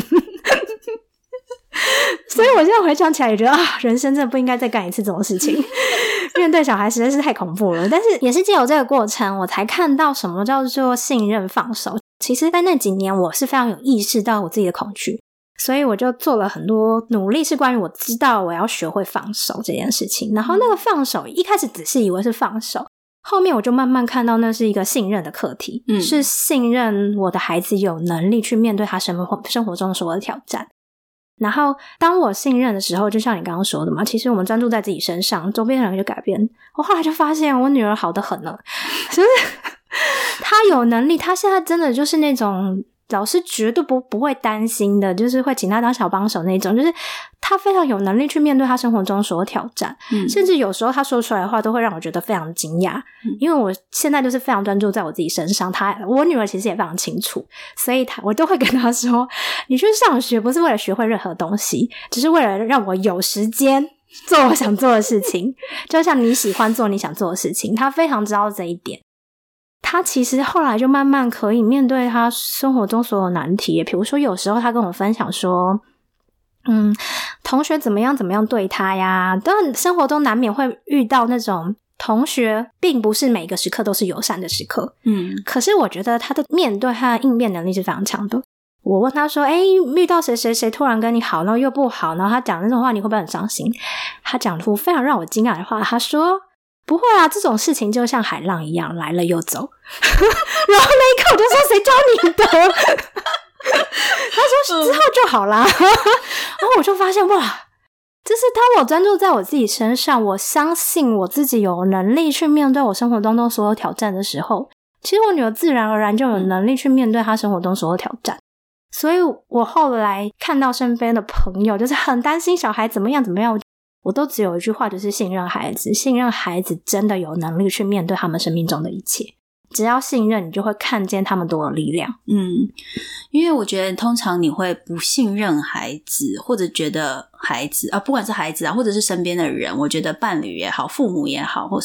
所以我现在回想起来也觉得啊，人生真的不应该再干一次这种事情面对小孩实在是太恐怖了。但是也是藉由这个过程，我才看到什么叫做信任放手。其实在那几年我是非常有意识到我自己的恐惧，所以我就做了很多努力，是关于我知道我要学会放手这件事情。然后那个放手一开始只是以为是放手，后面我就慢慢看到那是一个信任的课题、嗯、是信任我的孩子有能力去面对他生活生活中所有的挑战。然后当我信任的时候，就像你刚刚说的嘛，其实我们专注在自己身上，周边的人就改变。我后来就发现我女儿好得很了，就是她有能力，她现在真的就是那种老师绝对不不会担心的，就是会请他当小帮手那种，就是他非常有能力去面对他生活中所有挑战、嗯、甚至有时候他说出来的话都会让我觉得非常惊讶、嗯、因为我现在就是非常专注在我自己身上，他我女儿其实也非常清楚，所以他我都会跟他说，你去上学不是为了学会任何东西，只是为了让我有时间做我想做的事情就像你喜欢做你想做的事情，他非常知道这一点。他其实后来就慢慢可以面对他生活中所有难题，比如说有时候他跟我分享说嗯，同学怎么样怎么样对他呀，但生活中难免会遇到那种同学并不是每个时刻都是友善的时刻，嗯，可是我觉得他的面对他的应变能力是非常强的。我问他说诶，遇到谁谁谁突然跟你好然后又不好，然后他讲那种话你会不会很伤心？他讲出非常让我惊讶的话，他说不会啊，这种事情就像海浪一样来了又走然后那一刻我就说谁教你的他说之后就好啦然后我就发现哇，就是当我专注在我自己身上，我相信我自己有能力去面对我生活当中所有挑战的时候，其实我女儿自然而然就有能力去面对她生活中所有挑战。所以我后来看到身边的朋友就是很担心小孩怎么样怎么样，我都只有一句话，就是信任孩子，信任孩子真的有能力去面对他们生命中的一切，只要信任你就会看见他们多有力量。 嗯，因为我觉得通常你会不信任孩子，或者觉得孩子啊，不管是孩子啊或者是身边的人，我觉得伴侣也好父母也好或什么，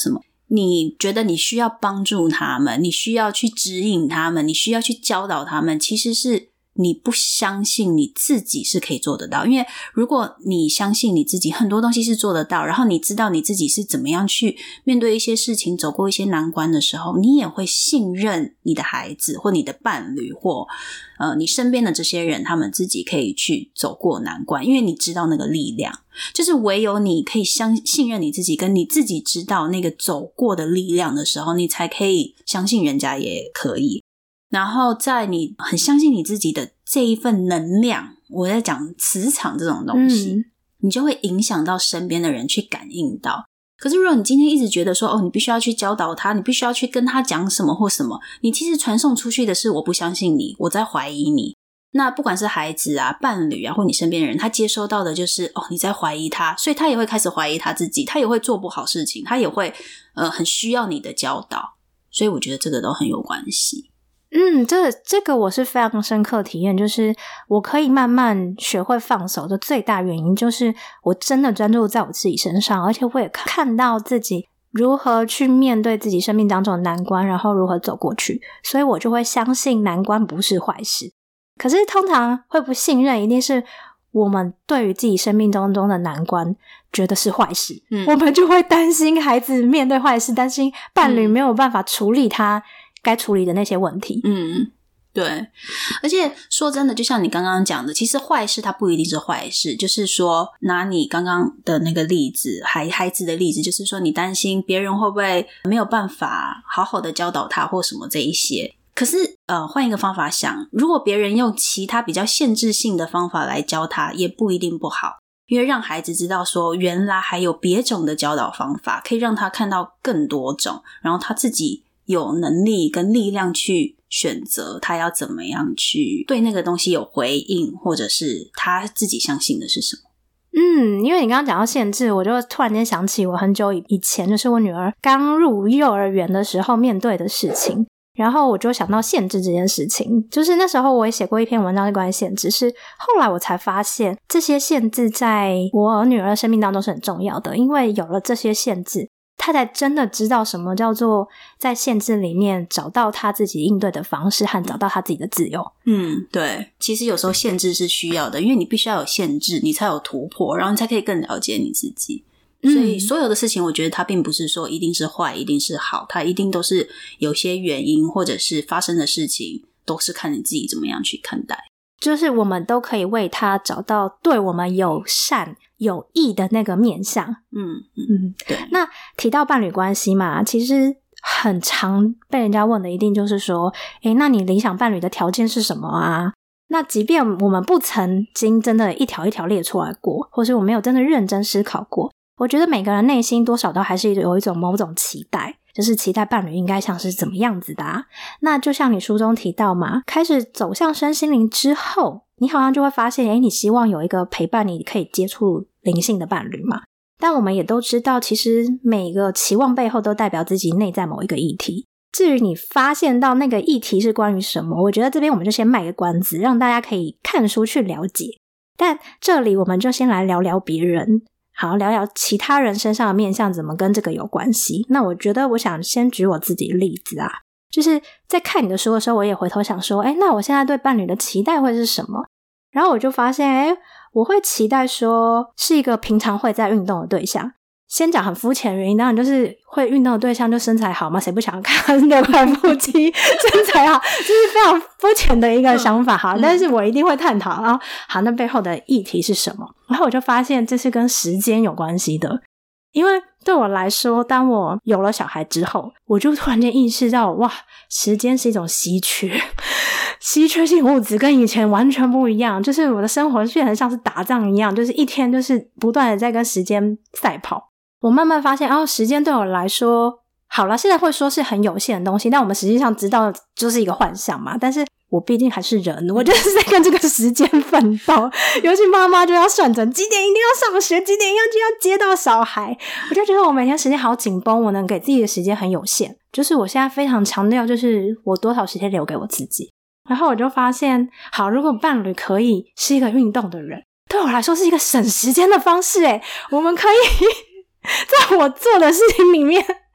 你觉得你需要帮助他们，你需要去指引他们，你需要去教导他们，其实是你不相信你自己是可以做得到。因为如果你相信你自己很多东西是做得到，然后你知道你自己是怎么样去面对一些事情，走过一些难关的时候，你也会信任你的孩子或你的伴侣或呃你身边的这些人，他们自己可以去走过难关，因为你知道那个力量。就是唯有你可以相信任你自己，跟你自己知道那个走过的力量的时候，你才可以相信人家也可以。然后在你很相信你自己的这一份能量，我在讲磁场这种东西、嗯、你就会影响到身边的人去感应到。可是如果你今天一直觉得说哦，你必须要去教导他，你必须要去跟他讲什么或什么，你其实传送出去的是我不相信你，我在怀疑你。那不管是孩子啊、伴侣啊或你身边的人，他接收到的就是哦，你在怀疑他，所以他也会开始怀疑他自己，他也会做不好事情，他也会呃很需要你的教导。所以我觉得这个都很有关系。 嗯，这这个我是非常深刻体验，就是我可以慢慢学会放手的最大原因，就是我真的专注在我自己身上，而且我也看到自己如何去面对自己生命当中的难关，然后如何走过去，所以我就会相信难关不是坏事。可是通常会不信任，一定是我们对于自己生命当中的难关觉得是坏事、嗯、我们就会担心孩子面对坏事，担心伴侣没有办法处理他该处理的那些问题。 嗯，对。而且说真的，就像你刚刚讲的，其实坏事它不一定是坏事，就是说拿你刚刚的那个例子，孩孩子的例子，就是说你担心别人会不会没有办法好好的教导他或什么这一些。可是呃，换一个方法想，如果别人用其他比较限制性的方法来教他，也不一定不好，因为让孩子知道说原来还有别种的教导方法，可以让他看到更多种，然后他自己有能力跟力量去选择他要怎么样去对那个东西有回应，或者是他自己相信的是什么。 嗯，因为你刚刚讲到限制，我就突然间想起我很久以前，就是我女儿刚入幼儿园的时候面对的事情，然后我就想到限制这件事情。就是那时候我也写过一篇文章是关于限制，是后来我才发现这些限制在我女儿的生命当中是很重要的，因为有了这些限制，他才真的知道什么叫做在限制里面找到他自己应对的方式和找到他自己的自由。 嗯，对，其实有时候限制是需要的，因为你必须要有限制，你才有突破，然后你才可以更了解你自己。所以所有的事情我觉得它并不是说一定是坏一定是好，它一定都是有些原因，或者是发生的事情都是看你自己怎么样去看待。 就是我们都可以为他找到对我们友善有益的那个面向。 嗯嗯，对。 那提到伴侣关系嘛，其实很常被人家问的一定就是说，诶，那你理想伴侣的条件是什么啊？那即便我们不曾经真的一条一条列出来过，或是我没有真的认真思考过，我觉得每个人内心多少都还是有一种某种期待，就是期待伴侣应该像是怎么样子的啊。那就像你书中提到嘛，开始走向身心灵之后，你好像就会发现，诶，你希望有一个陪伴你可以接触灵性的伴侣嘛。但我们也都知道，其实每个期望背后都代表自己内在某一个议题。至于你发现到那个议题是关于什么，我觉得这边我们就先卖个关子，让大家可以看书去了解。但这里我们就先来聊聊别人，好，聊聊其他人身上的面向怎么跟这个有关系。那我觉得我想先举我自己的例子啊，就是在看你的书的时候，我也回头想说，诶，那我现在对伴侣的期待会是什么？然后我就发现，诶，我会期待说是一个平常会在运动的对象。先讲很肤浅的原因，当然就是会运动的对象就身材好嘛，谁不想看六块腹肌身材好，就是非常肤浅的一个想法哈、嗯。但是我一定会探讨，然后好，那背后的议题是什么？然后我就发现这是跟时间有关系的，因为对我来说，当我有了小孩之后，我就突然间意识到，哇，时间是一种稀缺稀缺性物质，跟以前完全不一样，就是我的生活变成像是打仗一样，就是一天就是不断的在跟时间赛跑。我慢慢发现，哦，时间对我来说，好啦，现在会说是很有限的东西，但我们实际上知道就是一个幻象嘛。但是我毕竟还是人，我就是在跟这个时间奋斗。尤其妈妈就要算准几点一定要上学，几点要就要接到小孩，我就觉得我每天时间好紧绷，我能给自己的时间很有限。就是我现在非常强调，就是我多少时间留给我自己。然后我就发现，好，如果伴侣可以是一个运动的人，对我来说是一个省时间的方式。诶，我们可以在我做的事情里面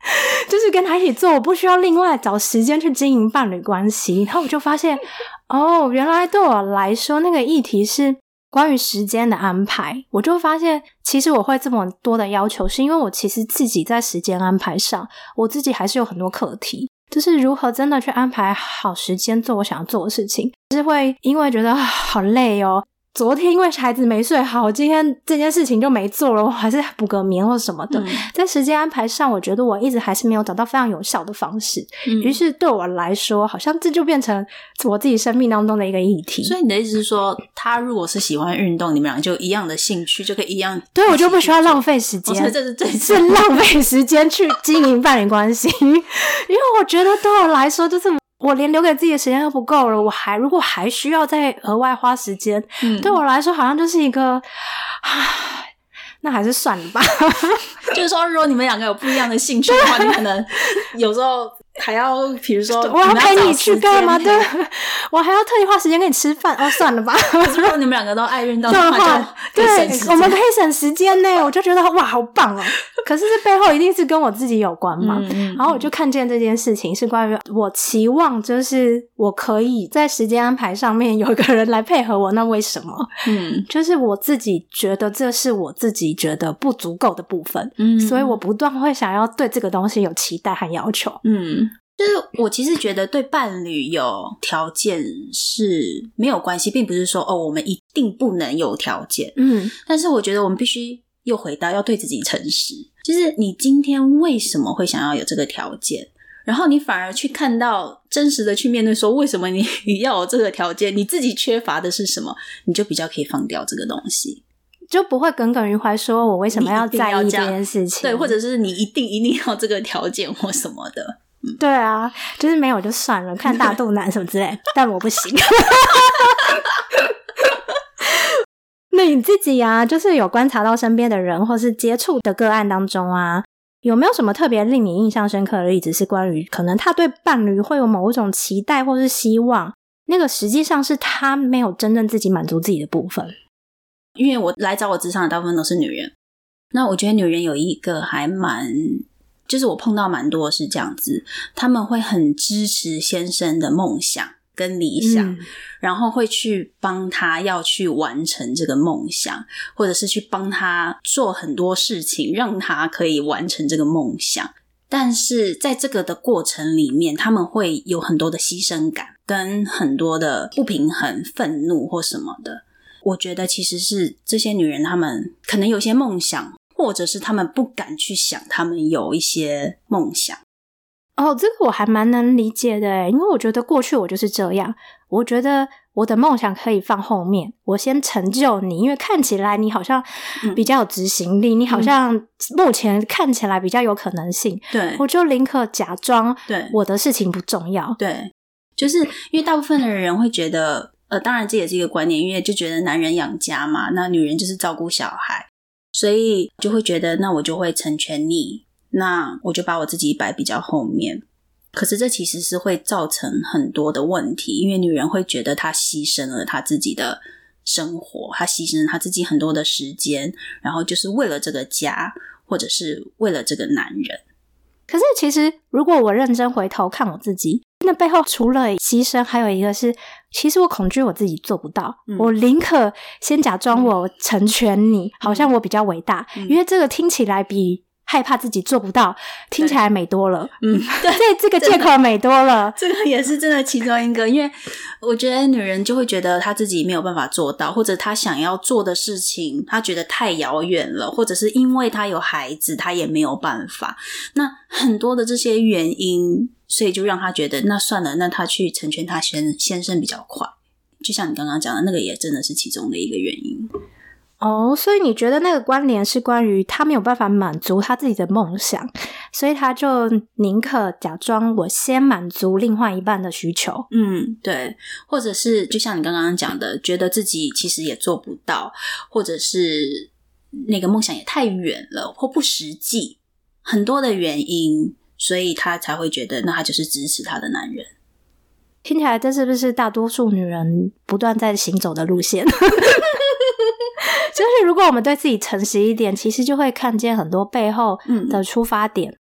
就是跟他一起做，我不需要另外找时间去经营伴侣关系。然后我就发现哦，原来对我来说那个议题是关于时间的安排。我就发现其实我会这么多的要求是因为我其实自己在时间安排上我自己还是有很多课题，就是如何真的去安排好时间做我想要做的事情，就是会因为觉得、啊、好累哦，昨天因为孩子没睡好，今天这件事情就没做了，我还是补个眠或什么的、嗯、在时间安排上我觉得我一直还是没有找到非常有效的方式、嗯、于是对我来说好像这就变成我自己生命当中的一个议题。 所以你的意思是说他如果是喜欢运动，你们俩就一样的兴趣就可以一样， 对，我就不需要浪费时间、 哦、这是最是浪费时间去经营伴侣关系因为我觉得对我来说就是我连留给自己的时间都不够了，我还如果还需要再额外花时间、嗯、对我来说好像就是一个那还是算了吧就是说如果你们两个有不一样的兴趣的话你可能有时候还要比如说我要陪你去干嘛的我还要特地花时间跟你吃饭哦，算了吧可是如果你们两个都爱运动的话对，我们可以省时间呢，我就觉得哇好棒哦可是这背后一定是跟我自己有关嘛、嗯嗯、然后我就看见这件事情是关于我期望就是我可以在时间安排上面有一个人来配合我，那为什么嗯，就是我自己觉得这是我自己觉得不足够的部分嗯，所以我不断会想要对这个东西有期待和要求嗯， 就是我其实觉得对伴侣有条件是没有关系，并不是说哦我们一定不能有条件嗯，但是我觉得我们必须又回到要对自己诚实，就是你今天为什么会想要有这个条件，然后你反而去看到真实的去面对说为什么你要有这个条件，你自己缺乏的是什么，你就比较可以放掉这个东西， 就不会耿耿于怀说我为什么要在意这件事情， 对，或者是你一定一定要这个条件或什么的、 嗯、对啊，就是没有就算了，看大肚腩什么之类但我不行那你自己啊，就是有观察到身边的人或是接触的个案当中啊，有没有什么特别令你印象深刻的例子是关于可能他对伴侣会有某一种期待或是希望，那个实际上是他没有真正自己满足自己的部分？ 因为我来找我咨商的大部分都是女人，那我觉得女人有一个还蛮就是我碰到蛮多是这样子，他们会很支持先生的梦想跟理想、嗯、然后会去帮他要去完成这个梦想，或者是去帮他做很多事情让他可以完成这个梦想，但是在这个的过程里面他们会有很多的牺牲感跟很多的不平衡愤怒或什么的。我觉得其实是这些女人她们可能有些梦想，或者是她们不敢去想她们有一些梦想。 哦，这个我还蛮能理解的耶，因为我觉得过去我就是这样，我觉得我的梦想可以放后面，我先成就你，因为看起来你好像比较有执行力、嗯、你好像目前看起来比较有可能性，对，我就宁可假装对我的事情不重要。 对，就是因为大部分的人会觉得呃，当然这也是一个观念，因为就觉得男人养家嘛，那女人就是照顾小孩，所以就会觉得那我就会成全你，那我就把我自己摆比较后面。可是这其实是会造成很多的问题，因为女人会觉得她牺牲了她自己的生活，她牺牲了她自己很多的时间，然后就是为了这个家，或者是为了这个男人。 可是其实如果我认真回头看我自己，那背后除了牺牲还有一个是其实我恐惧我自己做不到、嗯、我宁可先假装我成全你、嗯、好像我比较伟大、嗯、因为这个听起来比害怕自己做不到听起来美多了。嗯，对，这个借口美多了。 这个也是真的其中一个，因为我觉得女人就会觉得她自己没有办法做到，或者她想要做的事情她觉得太遥远了，或者是因为她有孩子她也没有办法，那很多的这些原因，所以就让她觉得那算了，那她去成全她先先生比较快。就像你刚刚讲的那个也真的是其中的一个原因。 哦，所以你觉得那个关联是关于他没有办法满足他自己的梦想，所以他就宁可假装我先满足另外一半的需求。 嗯，对，或者是就像你刚刚讲的，觉得自己其实也做不到，或者是那个梦想也太远了或不实际，很多的原因，所以他才会觉得那他就是支持他的男人。 听起来这是不是大多数女人不断在行走的路线？就是如果我们对自己诚实一点，其实就会看见很多背后的出发点、嗯、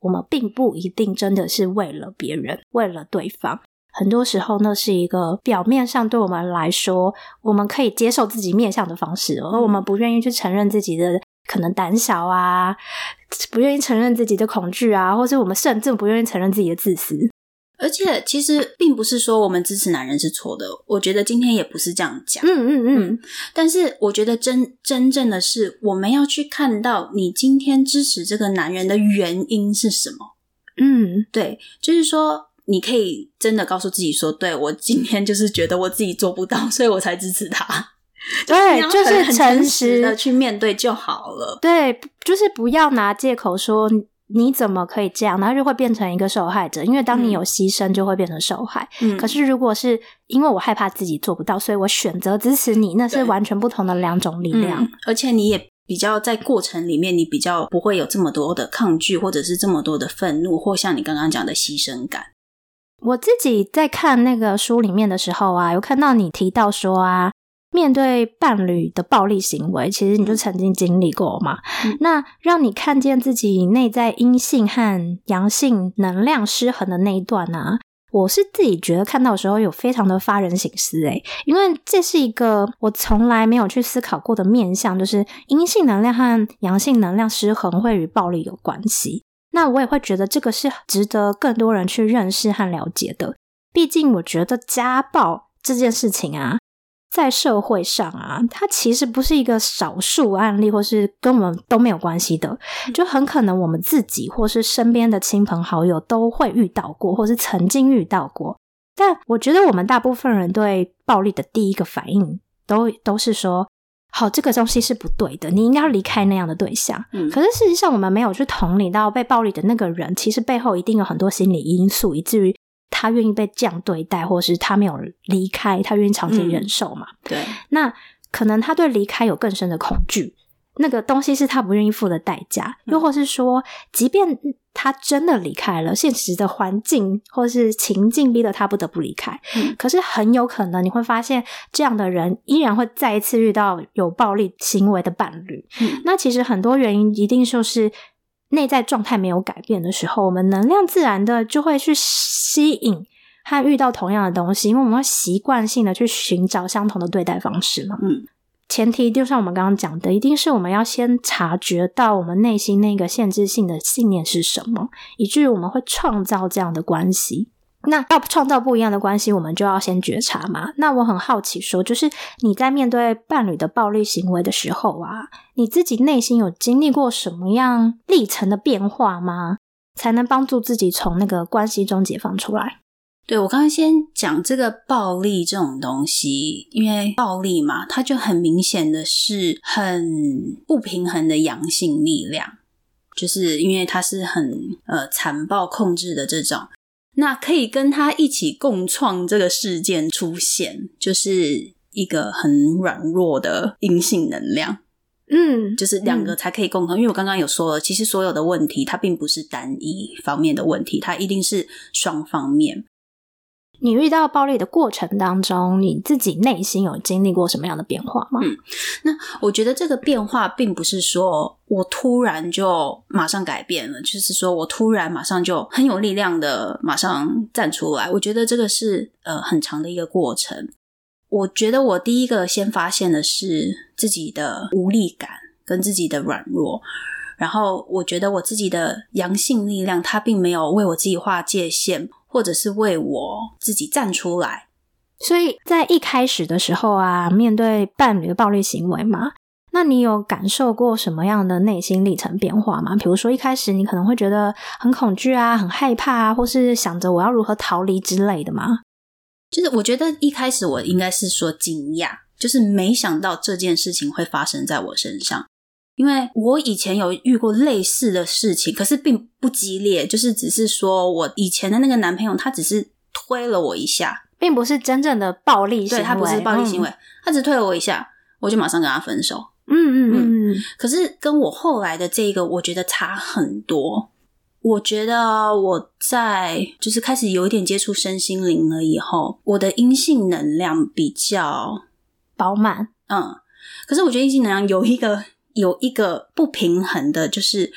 我们并不一定真的是为了别人，为了对方。很多时候那是一个表面上对我们来说我们可以接受自己面向的方式，而我们不愿意去承认自己的可能胆小啊，不愿意承认自己的恐惧啊，或是我们甚至不愿意承认自己的自私。 而且其实并不是说我们支持男人是错的，我觉得今天也不是这样讲。 嗯嗯嗯。 但是我觉得真真正的是我们要去看到你今天支持这个男人的原因是什么。 嗯， 对，就是说你可以真的告诉自己说，对，我今天就是觉得我自己做不到，所以我才支持他。 对， 就是很诚实的去面对就好了。 对，就是不要拿借口说你怎么可以这样，然后就会变成一个受害者，因为当你有牺牲就会变成受害。嗯，可是如果是因为我害怕自己做不到，所以我选择支持你，那是完全不同的两种力量。 嗯，而且你也比较在过程里面你比较不会有这么多的抗拒，或者是这么多的愤怒，或像你刚刚讲的牺牲感。 我自己在看那个书里面的时候啊，有看到你提到说啊，面对伴侣的暴力行为，其实你就曾经经历过嘛。嗯，那让你看见自己内在阴性和阳性能量失衡的那一段啊，我是自己觉得看到的时候有非常的发人省思诶，因为这是一个我从来没有去思考过的面向，就是阴性能量和阳性能量失衡会与暴力有关系。那我也会觉得这个是值得更多人去认识和了解的。毕竟我觉得家暴这件事情啊，在社会上啊，它其实不是一个少数案例，或是跟我们都没有关系的，就很可能我们自己或是身边的亲朋好友都会遇到过，或是曾经遇到过。但我觉得我们大部分人对暴力的第一个反应都都是说，好，这个东西是不对的，你应该要离开那样的对象。嗯，可是事实上我们没有去同理到被暴力的那个人，其实背后一定有很多心理因素，以至于他愿意被这样对待，或是他没有离开，他愿意长期忍受嘛。 嗯，对， 那可能他对离开有更深的恐惧，那个东西是他不愿意付的代价。又或是说，即便他真的离开了，现实的环境或是情境逼得他不得不离开，嗯，可是很有可能你会发现这样的人依然会再一次遇到有暴力行为的伴侣。嗯，那其实很多原因一定就是内在状态没有改变的时候，我们能量自然的就会去吸引和遇到同样的东西，因为我们会习惯性的去寻找相同的对待方式嘛。嗯，前提就像我们刚刚讲的，一定是我们要先察觉到我们内心那个限制性的信念是什么，以至于我们会创造这样的关系。那要创造不一样的关系，我们就要先觉察嘛。那我很好奇说，就是你在面对伴侣的暴力行为的时候啊，你自己内心有经历过什么样历程的变化吗？才能帮助自己从那个关系中解放出来？ 对，我刚刚先讲这个暴力这种东西，因为暴力嘛，它就很明显的是很不平衡的阳性力量，就是因为它是很呃残暴控制的这种，那可以跟他一起共创这个事件出现，就是一个很软弱的阴性能量。嗯，就是两个才可以共同，嗯，因为我刚刚有说了，其实所有的问题它并不是单一方面的问题，它一定是双方面。 你遇到暴力的过程当中，你自己内心有经历过什么样的变化吗？ 嗯，那我觉得这个变化并不是说我突然就马上改变了，就是说我突然马上就很有力量的马上站出来。我觉得这个是呃很长的一个过程。我觉得我第一个先发现的是自己的无力感跟自己的软弱，然后我觉得我自己的阳性力量它并没有为我自己划界限，或者是为我自己站出来。 所以在一开始的时候啊，面对伴侣的暴力行为嘛，那你有感受过什么样的内心历程变化吗？比如说一开始你可能会觉得很恐惧啊，很害怕啊，或是想着我要如何逃离之类的吗？ 就是我觉得一开始我应该是说惊讶，就是没想到这件事情会发生在我身上。因为我以前有遇过类似的事情，可是并不激烈，就是只是说我以前的那个男朋友他只是推了我一下， 并不是真正的暴力行为。 对，他不是暴力行为，嗯，他只推了我一下，我就马上跟他分手。 嗯嗯嗯。 可是跟我后来的这个我觉得差很多。我觉得我在就是开始有一点接触身心灵了以后，我的阴性能量比较饱满。 嗯，可是我觉得阴性能量有一个有一个不平衡的，就是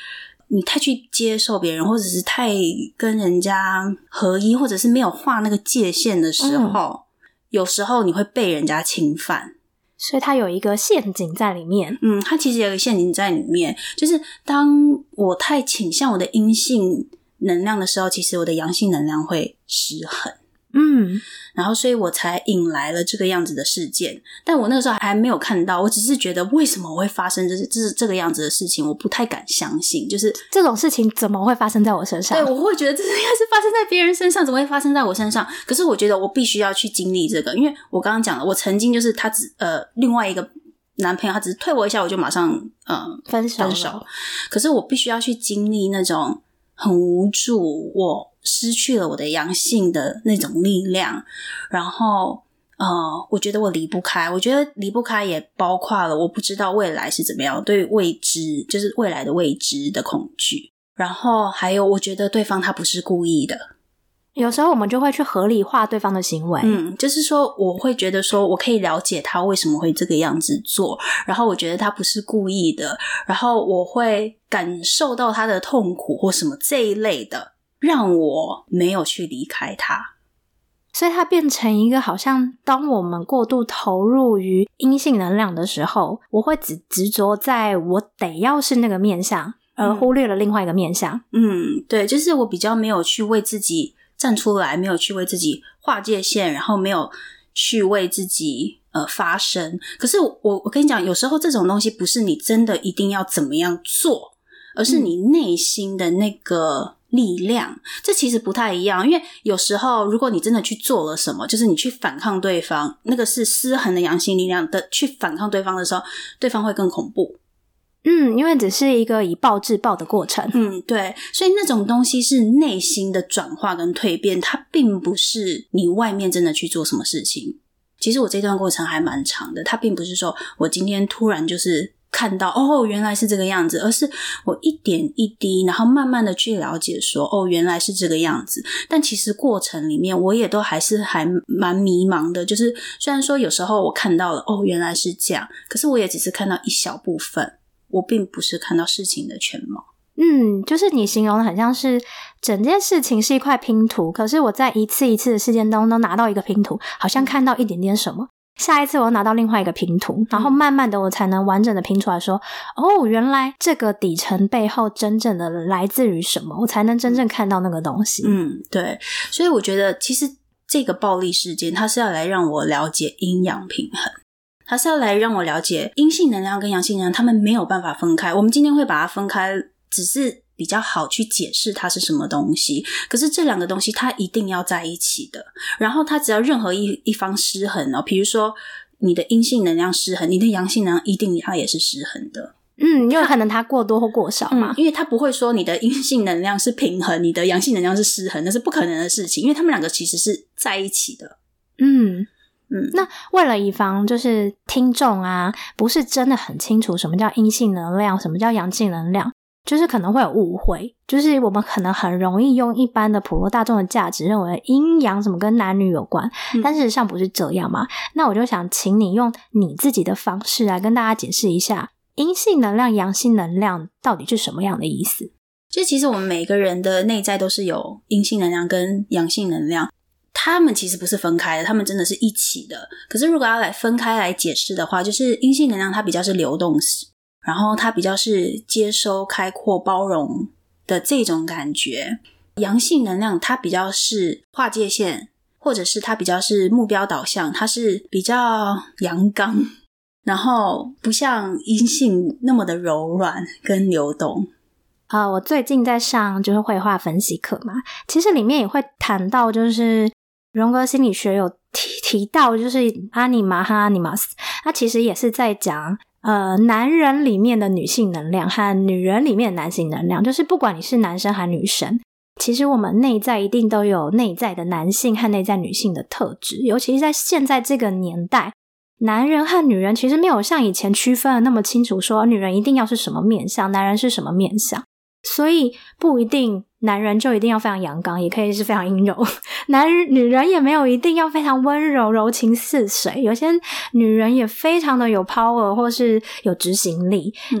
你太去接受别人，或者是太跟人家合一，或者是没有画那个界限的时候、嗯、有时候你会被人家侵犯， 所以它有一个陷阱在里面。 嗯，它其实有一个陷阱在里面，就是当我太倾向我的阴性能量的时候，其实我的阳性能量会失衡。 嗯， 然后所以我才引来了这个样子的事件，但我那个时候还没有看到，我只是觉得为什么我会发生这这这个样子的事情，我不太敢相信，就是这种事情怎么会发生在我身上？ 对，我会觉得这应该是发生在别人身上，怎么会发生在我身上？可是我觉得我必须要去经历这个，因为我刚刚讲了，我曾经就是他只呃另外一个男朋友，他只是推我一下，我就马上呃分手分手，可是我必须要去经历那种很无助，我失去了我的阳性的那种力量，然后呃，我觉得我离不开，我觉得离不开也包括了我不知道未来是怎么样，对未知，就是未来的未知的恐惧，然后还有我觉得对方他不是故意的， 有时候我们就会去合理化对方的行为。 嗯，就是说我会觉得说我可以了解他为什么会这个样子做，然后我觉得他不是故意的，然后我会感受到他的痛苦或什么这一类的，让我没有去离开他。 所以它变成一个好像当我们过度投入于阴性能量的时候，我会只执着在我得要是那个面向，而忽略了另外一个面向。 嗯，对，就是我比较没有去为自己站出来，没有去为自己划界限，然后没有去为自己呃发声。可是我我跟你讲，有时候这种东西不是你真的一定要怎么样做，而是你内心的那个力量，这其实不太一样。因为有时候如果你真的去做了什么，就是你去反抗对方，那个是失衡的阳性力量的去反抗对方的时候，对方会更恐怖。 嗯，因为只是一个以暴制暴的过程。 嗯，对，所以那种东西是内心的转化跟蜕变，它并不是你外面真的去做什么事情。其实我这段过程还蛮长的，它并不是说我今天突然就是看到哦原来是这个样子，而是我一点一滴，然后慢慢的去了解说哦原来是这个样子。但其实过程里面我也都还是还蛮迷茫的，就是虽然说有时候我看到了哦原来是这样，可是我也只是看到一小部分，我并不是看到事情的全貌。 嗯，就是你形容的很像是整件事情是一块拼图，可是我在一次一次的事件当中拿到一个拼图，好像看到一点点什么，下一次我拿到另外一个拼图，然后慢慢的我才能完整的拼出来说哦原来这个底层背后真正的来自于什么，我才能真正看到那个东西。 嗯，对，所以我觉得其实这个暴力事件它是要来让我了解阴阳平衡，它是要来让我了解阴性能量跟阳性能量它们没有办法分开，我们今天会把它分开只是比较好去解释它是什么东西，可是这两个东西它一定要在一起的，然后它只要任何一一方失衡哦，比如说你的阴性能量失衡，你的阳性能量一定它也是失衡的。 嗯，因为可能它过多或过少嘛、 嗯、因为它不会说你的阴性能量是平衡，你的阳性能量是失衡，那是不可能的事情，因为他们两个其实是在一起的。 嗯嗯， 那为了以防就是听众啊不是真的很清楚什么叫阴性能量什么叫阳性能量，就是可能会有误会，就是我们可能很容易用一般的普罗大众的价值认为阴阳什么跟男女有关、嗯、但事实上不是这样嘛。那我就想请你用你自己的方式来跟大家解释一下阴性能量阳性能量到底是什么样的意思。 就其实我们每个人的内在都是有阴性能量跟阳性能量，他们其实不是分开的，他们真的是一起的。可是如果要来分开来解释的话，就是阴性能量它比较是流动式，然后它比较是接收开阔包容的这种感觉，阳性能量它比较是划界限，或者是它比较是目标导向，它是比较阳刚，然后不像阴性那么的柔软跟流动。 呃，我最近在上就是绘画分析课嘛，其实里面也会谈到就是荣格心理学有提提到就是阿尼玛和阿尼玛斯，它其实也是在讲呃，男人里面的女性能量和女人里面的男性能量，就是不管你是男生还女生，其实我们内在一定都有内在的男性和内在女性的特质，尤其是在现在这个年代，男人和女人其实没有像以前区分的那么清楚，说女人一定要是什么面向，男人是什么面向，所以不一定男人就一定要非常阳刚，也可以是非常阴柔，男人女人也没有一定要非常温柔柔情似水，有些女人也非常的有 power 或是有执行力、嗯、那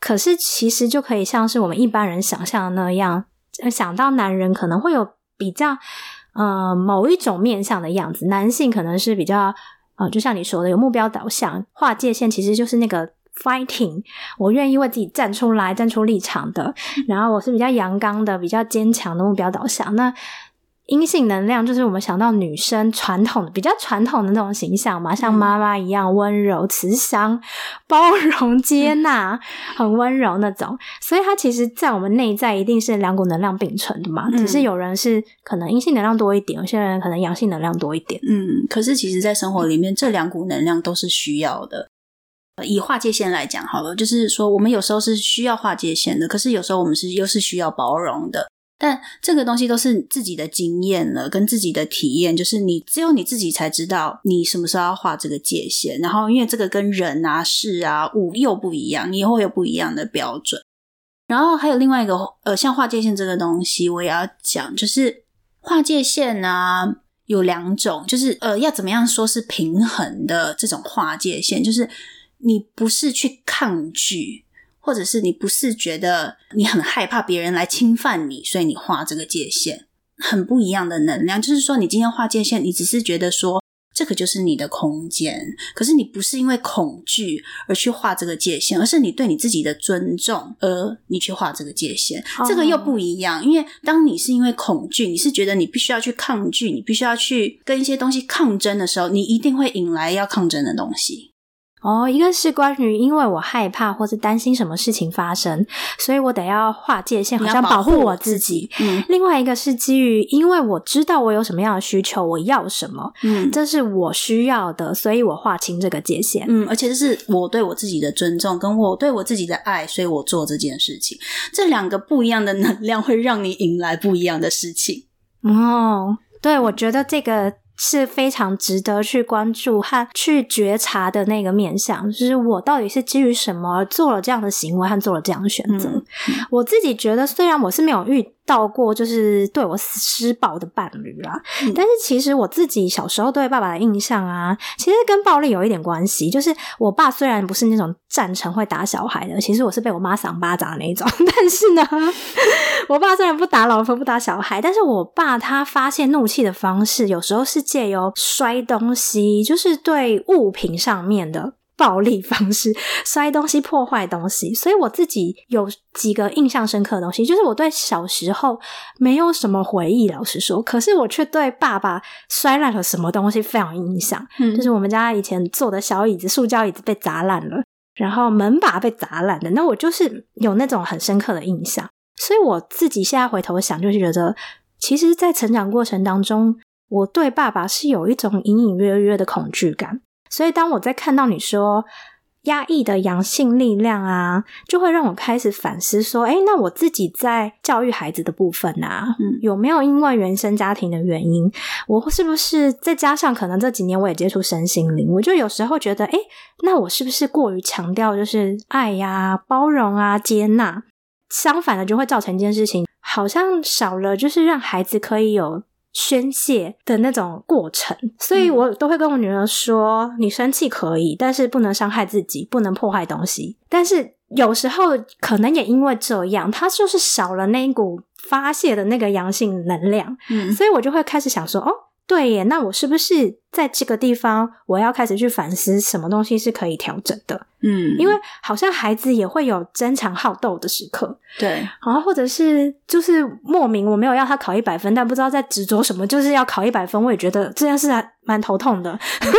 可是其实就可以像是我们一般人想象的那样，想到男人可能会有比较呃某一种面向的样子，男性可能是比较呃就像你说的有目标导向，划界限其实就是那个fighting， 我愿意为自己站出来站出立场的，然后我是比较阳刚的比较坚强的目标导向。那阴性能量就是我们想到女生传统的比较传统的那种形象嘛，像妈妈一样温柔慈祥包容接纳、嗯、很温柔那种，所以它其实在我们内在一定是两股能量并存的嘛、嗯、只是有人是可能阴性能量多一点，有些人可能阳性能量多一点。 嗯，可是其实在生活里面这两股能量都是需要的。以划界线来讲好了，就是说我们有时候是需要划界线的，可是有时候我们是又是需要包容的，但这个东西都是自己的经验了跟自己的体验，就是你只有你自己才知道你什么时候要划这个界限，然后因为这个跟人啊事啊物又不一样，你会有不一样的标准。然后还有另外一个呃，像划界线这个东西我也要讲，就是划界线啊有两种，就是呃要怎么样说是平衡的这种划界线，就是你不是去抗拒，或者是你不是觉得你很害怕别人来侵犯你，所以你画这个界限，很不一样的能量。就是说你今天画界限，你只是觉得说这个就是你的空间，可是你不是因为恐惧而去画这个界限，而是你对你自己的尊重而你去画这个界限、oh. 这个又不一样。因为当你是因为恐惧，你是觉得你必须要去抗拒，你必须要去跟一些东西抗争的时候，你一定会引来要抗争的东西。 哦，一个是关于因为我害怕或是担心什么事情发生，所以我得要划界限，好像保护我自己。嗯，另外一个是基于因为我知道我有什么样的需求，我要什么，嗯，这是我需要的，所以我划清这个界限。 嗯，而且这是我对我自己的尊重，跟我对我自己的爱，所以我做这件事情。这两个不一样的能量会让你引来不一样的事情。 哦，对，我觉得这个是非常值得去关注和去觉察的那个面向，就是我到底是基于什么而做了这样的行为和做了这样的选择、嗯嗯、我自己觉得虽然我是没有遇到过就是对我施暴的伴侣啦、嗯、但是其实我自己小时候对爸爸的印象啊，其实跟暴力有一点关系。就是我爸虽然不是那种战成会打小孩的，其实我是被我妈赏巴掌的那一种，但是呢我爸虽然不打老婆不打小孩，但是我爸他发泄怒气的方式有时候是借由摔东西，就是对物品上面的暴力方式，摔东西破坏东西。所以我自己有几个印象深刻的东西，就是我对小时候没有什么回忆老实说，可是我却对爸爸摔烂了什么东西非常有印象、嗯、就是我们家以前坐的小椅子塑胶椅子被砸烂了，然后门把被砸烂的，那我就是有那种很深刻的印象。所以我自己现在回头想，就是觉得其实在成长过程当中，我对爸爸是有一种隐隐约约的恐惧感。所以当我在看到你说压抑的阳性力量啊，就会让我开始反思说，诶，那我自己在教育孩子的部分啊、嗯、有没有因为原生家庭的原因，我是不是再加上可能这几年我也接触身心灵，我就有时候觉得，诶，那我是不是过于强调就是爱啊包容啊接纳，相反的就会造成一件事情，好像少了就是让孩子可以有宣泄的那种过程。所以我都会跟我女儿说、嗯、你生气可以，但是不能伤害自己，不能破坏东西。但是有时候可能也因为这样，她就是少了那一股发泄的那个阳性能量、嗯、所以我就会开始想说，哦对耶，那我是不是在这个地方我要开始去反思什么东西是可以调整的。嗯，因为好像孩子也会有争强好斗的时刻， 对， 然后或者是就是莫名我没有要他考一百分，但不知道在执着什么，就是要考一百分，我也觉得这件事还蛮头痛的但是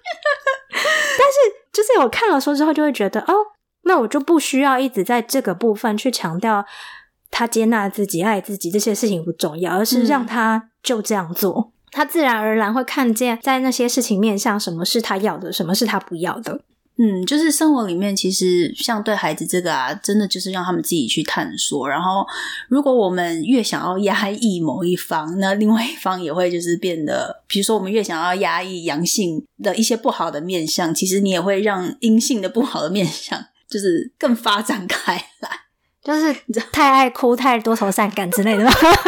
就是我看了书之后就会觉得，哦，那我就不需要一直在这个部分去强调他接纳自己爱自己这些事情不重要，而是让他就这样做、嗯、他自然而然会看见在那些事情面向什么是他要的，什么是他不要的。 嗯，就是生活里面其实像对孩子这个啊，真的就是让他们自己去探索。然后如果我们越想要压抑某一方，那另外一方也会就是变得，比如说我们越想要压抑阳性的一些不好的面向，其实你也会让阴性的不好的面向就是更发展开来， 就是太爱哭太多愁善感之类的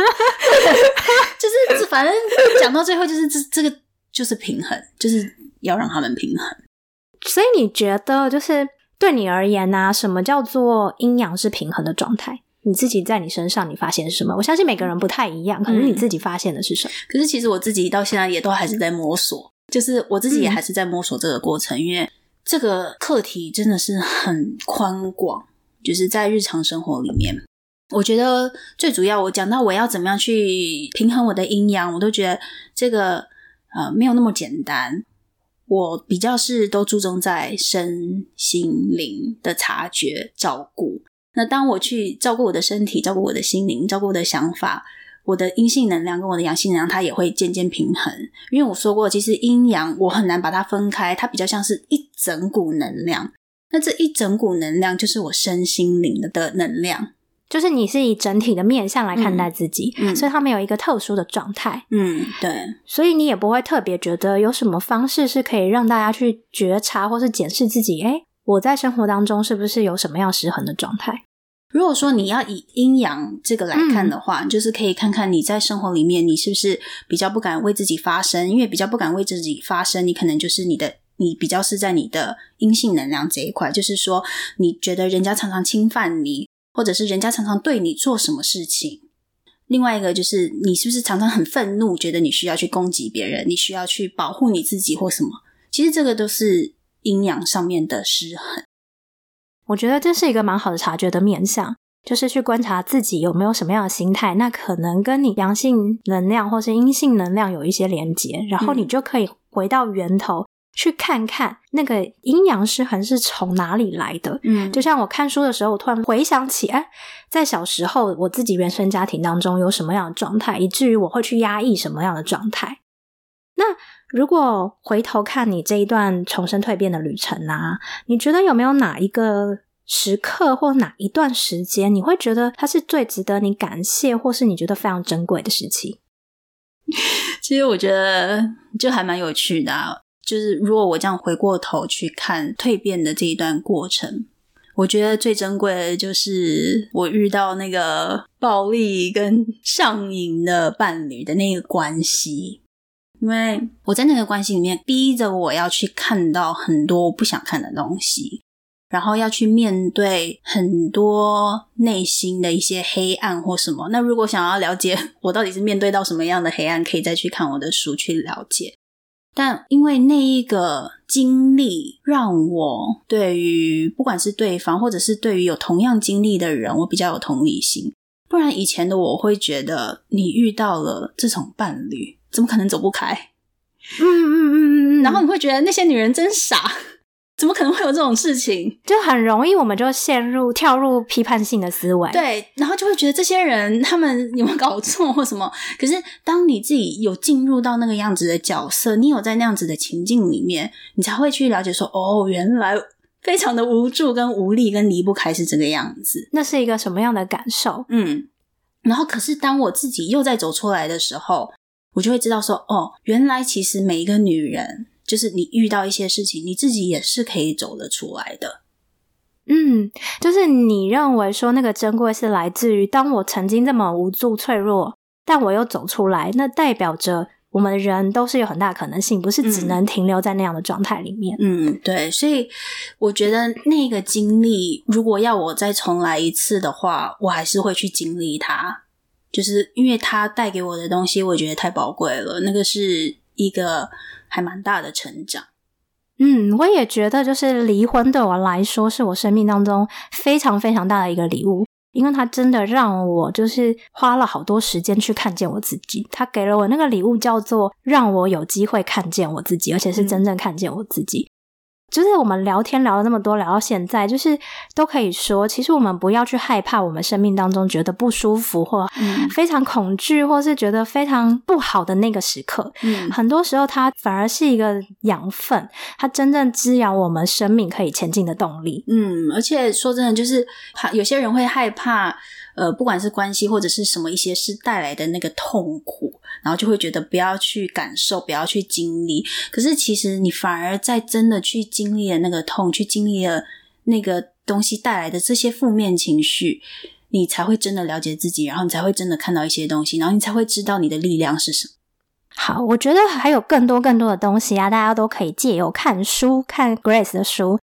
就是反正讲到最后就是这这个就是平衡，就是要让他们平衡。 所以你觉得就是对你而言啊，什么叫做阴阳是平衡的状态？你自己在你身上你发现是什么？我相信每个人不太一样，可是你自己发现的是什么？ 可是其实我自己到现在也都还是在摸索，就是我自己也还是在摸索这个过程、嗯、因为这个课题真的是很宽广，就是在日常生活里面我觉得最主要我讲到我要怎么样去平衡我的阴阳，我都觉得这个呃没有那么简单，我比较是都注重在身心灵的察觉照顾。那当我去照顾我的身体，照顾我的心灵，照顾我的想法，我的阴性能量跟我的阳性能量它也会渐渐平衡。因为我说过其实阴阳我很难把它分开，它比较像是一整股能量，那这一整股能量就是我身心灵的能量， 就是你是以整体的面向来看待自己、嗯、所以它没有一个特殊的状态。 嗯，对，所以你也不会特别觉得有什么方式是可以让大家去觉察或是检视自己，诶我在生活当中是不是有什么样失衡的状态。 如果说你要以阴阳这个来看的话、嗯、就是可以看看你在生活里面你是不是比较不敢为自己发声，因为比较不敢为自己发声，你可能就是你的你比较是在你的阴性能量这一块，就是说你觉得人家常常侵犯你，或者是人家常常对你做什么事情。另外一个就是你是不是常常很愤怒，觉得你需要去攻击别人，你需要去保护你自己或什么，其实这个都是阴阳上面的失衡。 我觉得这是一个蛮好的察觉的面向，就是去观察自己有没有什么样的心态，那可能跟你阳性能量或是阴性能量有一些连结，然后你就可以回到源头、嗯、去看看那个阴阳失衡是从哪里来的。嗯，就像我看书的时候，我突然回想起哎，在小时候我自己原生家庭当中有什么样的状态，以至于我会去压抑什么样的状态。那如果回头看你这一段重生蜕变的旅程啊，你觉得有没有哪一个时刻或哪一段时间你会觉得它是最值得你感谢或是你觉得非常珍贵的事情？ 其实我觉得就还蛮有趣的啊，就是如果我这样回过头去看蜕变的这一段过程，我觉得最珍贵的就是我遇到那个暴力跟上瘾的伴侣的那个关系。因为我在那个关系里面逼着我要去看到很多我不想看的东西，然后要去面对很多内心的一些黑暗或什么。那如果想要了解我到底是面对到什么样的黑暗，可以再去看我的书去了解。但因为那一个经历让我对于不管是对方或者是对于有同样经历的人，我比较有同理心。不然以前的我会觉得你遇到了这种伴侣怎么可能走不开， 嗯嗯嗯嗯， 然后你会觉得那些女人真傻，怎么可能会有这种事情， 就很容易我们就陷入跳入批判性的思维。 对，然后就会觉得这些人他们有没有搞错或什么。可是当你自己有进入到那个样子的角色，你有在那样子的情境里面，你才会去了解说哦，原来非常的无助跟无力跟离不开是这个样子， 那是一个什么样的感受。 嗯，然后可是当我自己又再走出来的时候，我就会知道说哦，原来其实每一个女人就是你遇到一些事情你自己也是可以走得出来的。 嗯，就是你认为说那个珍贵是来自于当我曾经这么无助脆弱，但我又走出来，那代表着我们人都是有很大的可能性，不是只能停留在那样的状态里面。 嗯，对，所以我觉得那个经历如果要我再重来一次的话，我还是会去经历它，就是因为它带给我的东西我觉得太宝贵了，那个是一个还蛮大的成长。 嗯，我也觉得就是离婚对我来说是我生命当中非常非常大的一个礼物，因为它真的让我就是花了好多时间去看见我自己，它给了我那个礼物叫做让我有机会看见我自己，而且是真正看见我自己。嗯，就是我们聊天聊了那么多，聊到现在就是都可以说其实我们不要去害怕我们生命当中觉得不舒服或非常恐惧或是觉得非常不好的那个时刻。嗯，很多时候它反而是一个养分，它真正滋养我们生命可以前进的动力。 嗯，而且说真的就是怕有些人会害怕呃，不管是关系或者是什么一些事带来的那个痛苦，然后就会觉得不要去感受，不要去经历。可是其实你反而在真的去经历了那个痛，去经历了那个东西带来的这些负面情绪，你才会真的了解自己，然后你才会真的看到一些东西，然后你才会知道你的力量是什么。 好，我觉得还有更多更多的东西啊，大家都可以借由看书，看 Grace 的书，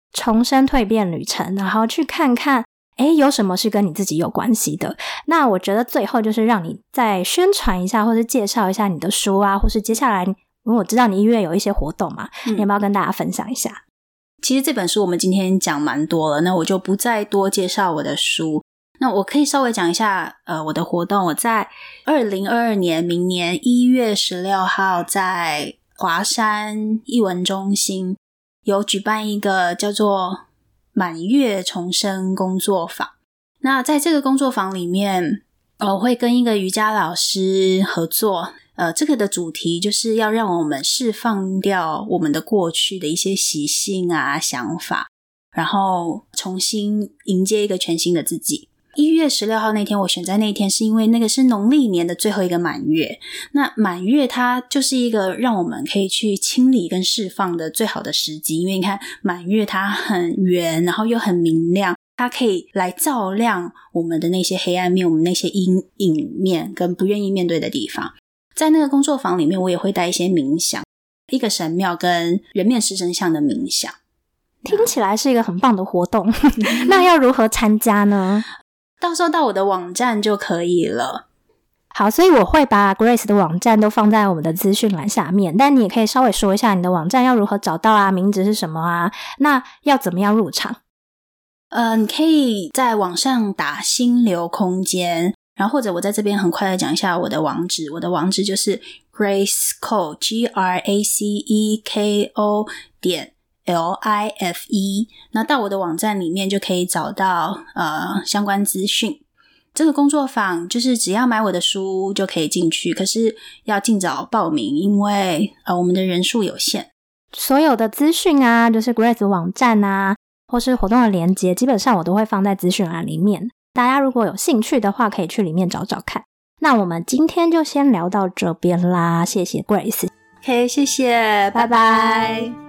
重生蜕变旅程，然后去看看诶有什么是跟你自己有关系的。那我觉得最后就是让你再宣传一下或是介绍一下你的书啊，或是接下来因为我知道你一月有一些活动嘛、嗯、你要不要跟大家分享一下？ 其实这本书我们今天讲蛮多了，那我就不再多介绍我的书。那我可以稍微讲一下呃我的活动。我在二零二二年明年一月十六号在华山艺文中心有举办一个叫做满月重生工作坊。那在这个工作坊里面我会跟一个瑜伽老师合作，呃，这个的主题就是要让我们释放掉我们的过去的一些习性啊、想法，然后重新迎接一个全新的自己。一月十六号那天我选在那一天是因为那个是农历年的最后一个满月，那满月它就是一个让我们可以去清理跟释放的最好的时机，因为你看满月它很圆，然后又很明亮，它可以来照亮我们的那些黑暗面，我们那些阴影面跟不愿意面对的地方。在那个工作坊里面我也会带一些冥想，一个神庙跟人面狮身像的冥想。 听起来是一个很棒的活动那要如何参加呢？ 到时候到我的网站就可以了。 好，所以我会把 Grace 的网站都放在我们的资讯栏下面，但你也可以稍微说一下你的网站要如何找到啊，名字是什么啊，那要怎么样入场？ 呃，你可以在网上打心流空间，然后或者我在这边很快的讲一下我的网址。我的网址就是 Graceko G R A C E K O 点L I F E， 那到我的网站里面就可以找到呃相关资讯。这个工作坊就是只要买我的书就可以进去，可是要尽早报名，因为呃我们的人数有限。 所有的资讯啊，就是 Grace 网站啊，或是活动的连结，基本上我都会放在资讯栏里面。大家如果有兴趣的话，可以去里面找找看。那我们今天就先聊到这边啦，谢谢 Grace。 OK， 谢谢，拜拜。